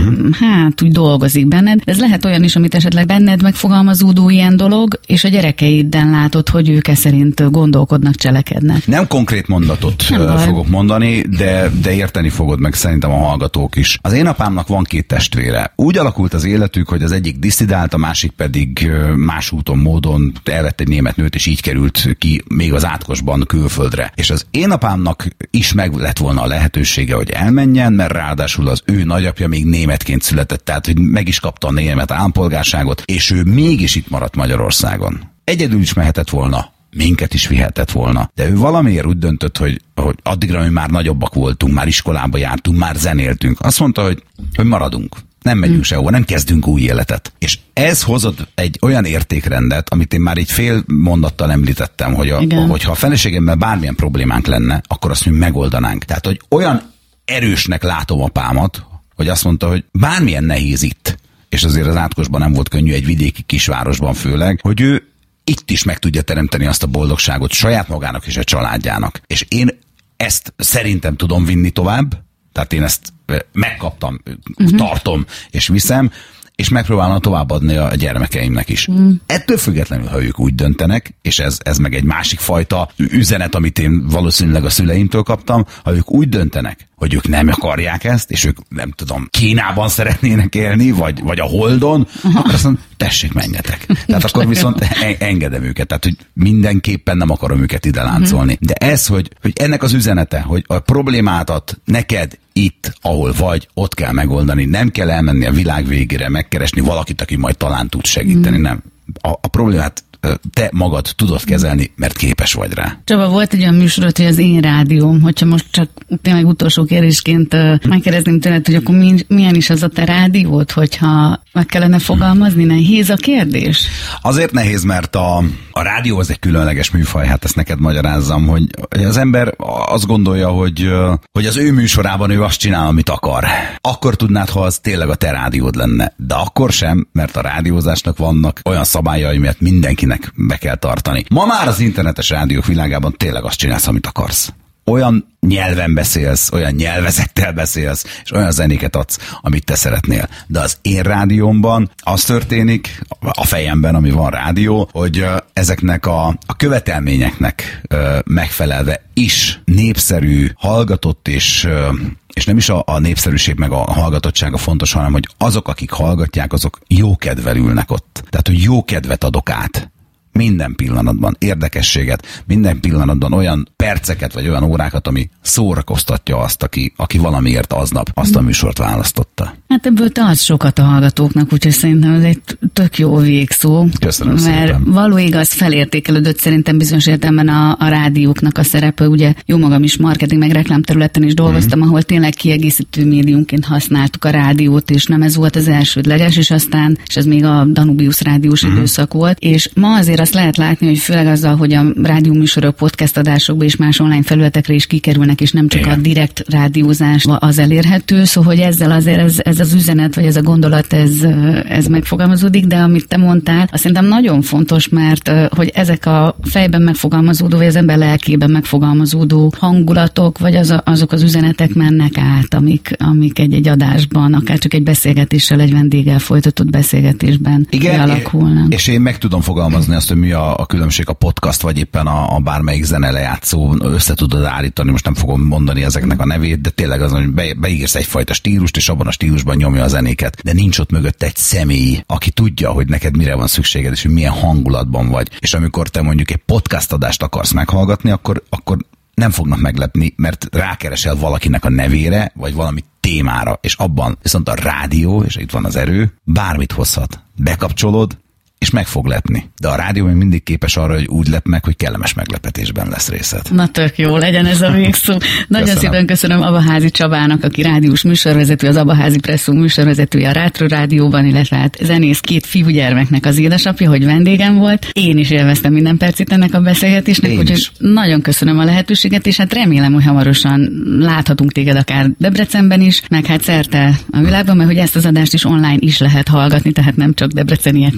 [SPEAKER 2] hát úgy dolgozik benned. Ez lehet olyan is, amit esetleg benned megfogalmazódó ilyen dolog, és a gyerekeiddel látod, hogy ők szerint gondolkodnak, cselekednek.
[SPEAKER 3] Nem konkrét mondatot fogok mondani, de érteni fogod meg szerintem a hallgatók is. Az én apámnak van 2 testvére. Úgy alakult az életük, hogy az egyik disszidált, a másik pedig más úton, módon elvett egy német nőt, és így került ki még az átkosban külföldre. És az én apámnak is meg lett volna a lehetősége, hogy elmenjen, mert ráadásul az ő nagyapja még németként született, tehát hogy meg is kapta a német állampolgárságot, és ő mégis itt maradt Magyarországon. Egyedül is mehetett volna, minket is vihetett volna. De ő valamiért úgy döntött, hogy addigra mi már nagyobbak voltunk, már iskolába jártunk, már zenéltünk. Azt mondta, hogy maradunk. Nem megyünk sehova, nem kezdünk új életet. És ez hozott egy olyan értékrendet, amit én már egy fél mondattal említettem, hogyha a feleségemmel bármilyen problémánk lenne, akkor azt mi megoldanánk. Tehát, hogy olyan erősnek látom apámat, hogy azt mondta, hogy bármilyen nehéz itt, és azért az Átkosban nem volt könnyű, egy vidéki kisvárosban főleg, hogy ő itt is meg tudja teremteni azt a boldogságot saját magának és a családjának. És én ezt szerintem tudom vinni tovább, tehát én ezt megkaptam, tartom és viszem, és megpróbálom továbbadni a gyermekeimnek is. Ettől függetlenül, ha ők úgy döntenek, és ez meg egy másik fajta üzenet, amit én valószínűleg a szüleimtől kaptam, ha ők úgy döntenek, hogy ők nem akarják ezt, és ők nem tudom, Kínában szeretnének élni, vagy a Holdon, akkor azt mondom, tessék, menjetek. Tehát akkor viszont engedem őket, tehát hogy mindenképpen nem akarom őket ide láncolni. De ez, hogy ennek az üzenete, hogy a problémádat neked itt, ahol vagy, ott kell megoldani, nem kell elmenni a világ végére, megkeresni valakit, aki majd talán tud segíteni, nem. A problémát te magad tudod kezelni, mert képes vagy rá.
[SPEAKER 2] Csaba, volt egy olyan műsorod, hogy az én rádióm, hogyha most csak tényleg utolsó kérdésként megkérdezném tőled, hogy akkor milyen is az a te rádiót, hogyha meg kellene fogalmazni, nehéz a kérdés?
[SPEAKER 3] Azért nehéz, mert a rádió az egy különleges műfaj, hát ezt neked magyarázzam, hogy az ember azt gondolja, hogy az ő műsorában ő azt csinál, amit akar. Akkor tudnád, ha az tényleg a te rádiód lenne, de akkor sem, mert a rádiózásnak vannak olyan szabályai, mert mindenkinek be kell tartani. Ma már az internetes rádiók világában tényleg azt csinálsz, amit akarsz. Olyan nyelven beszélsz, olyan nyelvezettel beszélsz, és olyan zenéket adsz, amit te szeretnél. De az én rádiómban az történik, a fejemben, ami van rádió, hogy ezeknek a követelményeknek megfelelve is népszerű, hallgatott és nem is a népszerűség meg a hallgatottsága fontos, hanem hogy azok, akik hallgatják, azok jó kedvel ülnek ott. Tehát, hogy jó kedvet adok át. Minden pillanatban érdekességet, minden pillanatban olyan perceket, vagy olyan órákat, ami szórakoztatja azt, aki valamiért aznap azt a műsort választotta.
[SPEAKER 2] Hát ebből te adsz sokat a hallgatóknak, úgyhogy szerintem ez egy tök jó végszó.
[SPEAKER 3] Köszönöm
[SPEAKER 2] mert
[SPEAKER 3] szépen.
[SPEAKER 2] Való igaz, felértékelődött szerintem bizonyos értelemben a rádióknak a szerepe. Ugye jó magam is marketing meg reklám területen is dolgoztam, ahol tényleg kiegészítő médiumként használtuk a rádiót, és nem ez volt az elsődleges, és ez még a Danubius rádiós időszak volt, és ma azért azt lehet látni, hogy főleg azzal, hogy a rádióműsorok, podcast adásokba és más online felületekre is kikerülnek, és nem csak a direkt rádiózás az elérhető, szóval hogy ezzel azért ez az üzenet, vagy ez a gondolat, ez megfogalmazódik, de amit te mondtál, azt szerintem nagyon fontos, mert hogy ezek a fejben megfogalmazódó, vagy az ember lelkében megfogalmazódó hangulatok, vagy azok az üzenetek mennek át, amik egy adásban, akár csak egy beszélgetéssel, egy vendéggel folytatott beszélgetésben kialakulnak.
[SPEAKER 3] És én meg tudom fogalmazni azt, hogy mi a különbség a podcast, vagy éppen a bármelyik zene lejátszó, össze tudod állítani, most nem fogom mondani ezeknek a nevét, de tényleg az, hogy beírsz egyfajta stílust, és abban a stílusban nyomja a zenéket, de nincs ott mögött egy személy, aki tudja, hogy neked mire van szükséged, és hogy milyen hangulatban vagy. És amikor te mondjuk egy podcast adást akarsz meghallgatni, akkor nem fognak meglepni, mert rákeresel valakinek a nevére, vagy valami témára, és abban viszont a rádió, és itt van az erő, bármit hozhat. Bekapcsolod, és meg fog lepni. De a rádió még mindig képes arra, hogy úgy lep meg, hogy kellemes meglepetésben lesz részed.
[SPEAKER 2] Na tök jó, legyen ez a végszó. Nagyon szépen köszönöm Abaházi Csabának, aki rádiós műsorvezető, az Abaházi Presszó műsorvezetője a Retro Rádióban, illetve hát zenész, 2 fiúgyermeknek az édesapja, hogy vendégem volt. Én is élveztem minden percét ennek a beszélgetésnek, úgyhogy nagyon köszönöm a lehetőséget, és hát remélem, hogy hamarosan láthatunk téged akár Debrecenben is, meg hát szerte a világban, mert hogy ezt az adást is online is lehet hallgatni, tehát nem csak debrecenieknek szól.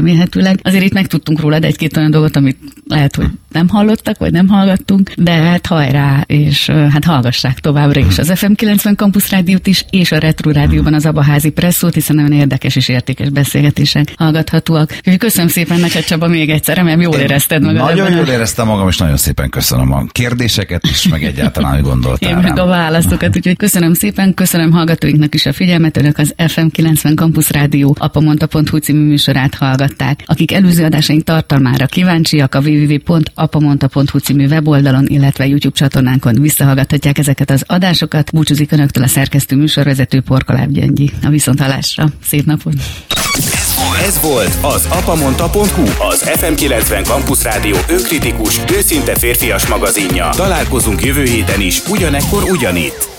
[SPEAKER 2] remélhetőleg. Azért itt megtudtunk rólad egy-két olyan dolgot, amit lehet, hogy nem hallottak, vagy nem hallgattunk, de hát hajrá, és hát hallgassák továbbra is az FM 90 Campus Rádiót is, és a Retro Rádióban az Abaházi Presszót, hiszen nagyon érdekes és értékes beszélgetések hallgathatóak. Úgyhogy köszönöm szépen neked, Csaba, még egyszer, remélem jól érezted magad.
[SPEAKER 3] Nagyon jól éreztem magam, és nagyon szépen köszönöm a kérdéseket is, meg egyáltalán, hogy gondoltál.
[SPEAKER 2] Én meg a válaszokat, úgyhogy köszönöm szépen, köszönöm hallgatóinknak is a figyelmet, önök az FM 90 Campus Rádió apamonta.hu című műsorát hallgatták. Akik előző adásaink tartalmára kíváncsiak, a www.apamonta.hu című weboldalon, illetve YouTube csatornánkon visszahallgathatják ezeket az adásokat. Búcsúzik önöktől a szerkesztő műsorvezető Porkoláb Gyöngyi. A viszonthallásra. Szép napot!
[SPEAKER 1] Ez volt az apamonta.hu, az FM 90 Campus Rádió önkritikus, őszinte férfias magazinja. Találkozunk jövő héten is, ugyanekkor ugyanitt.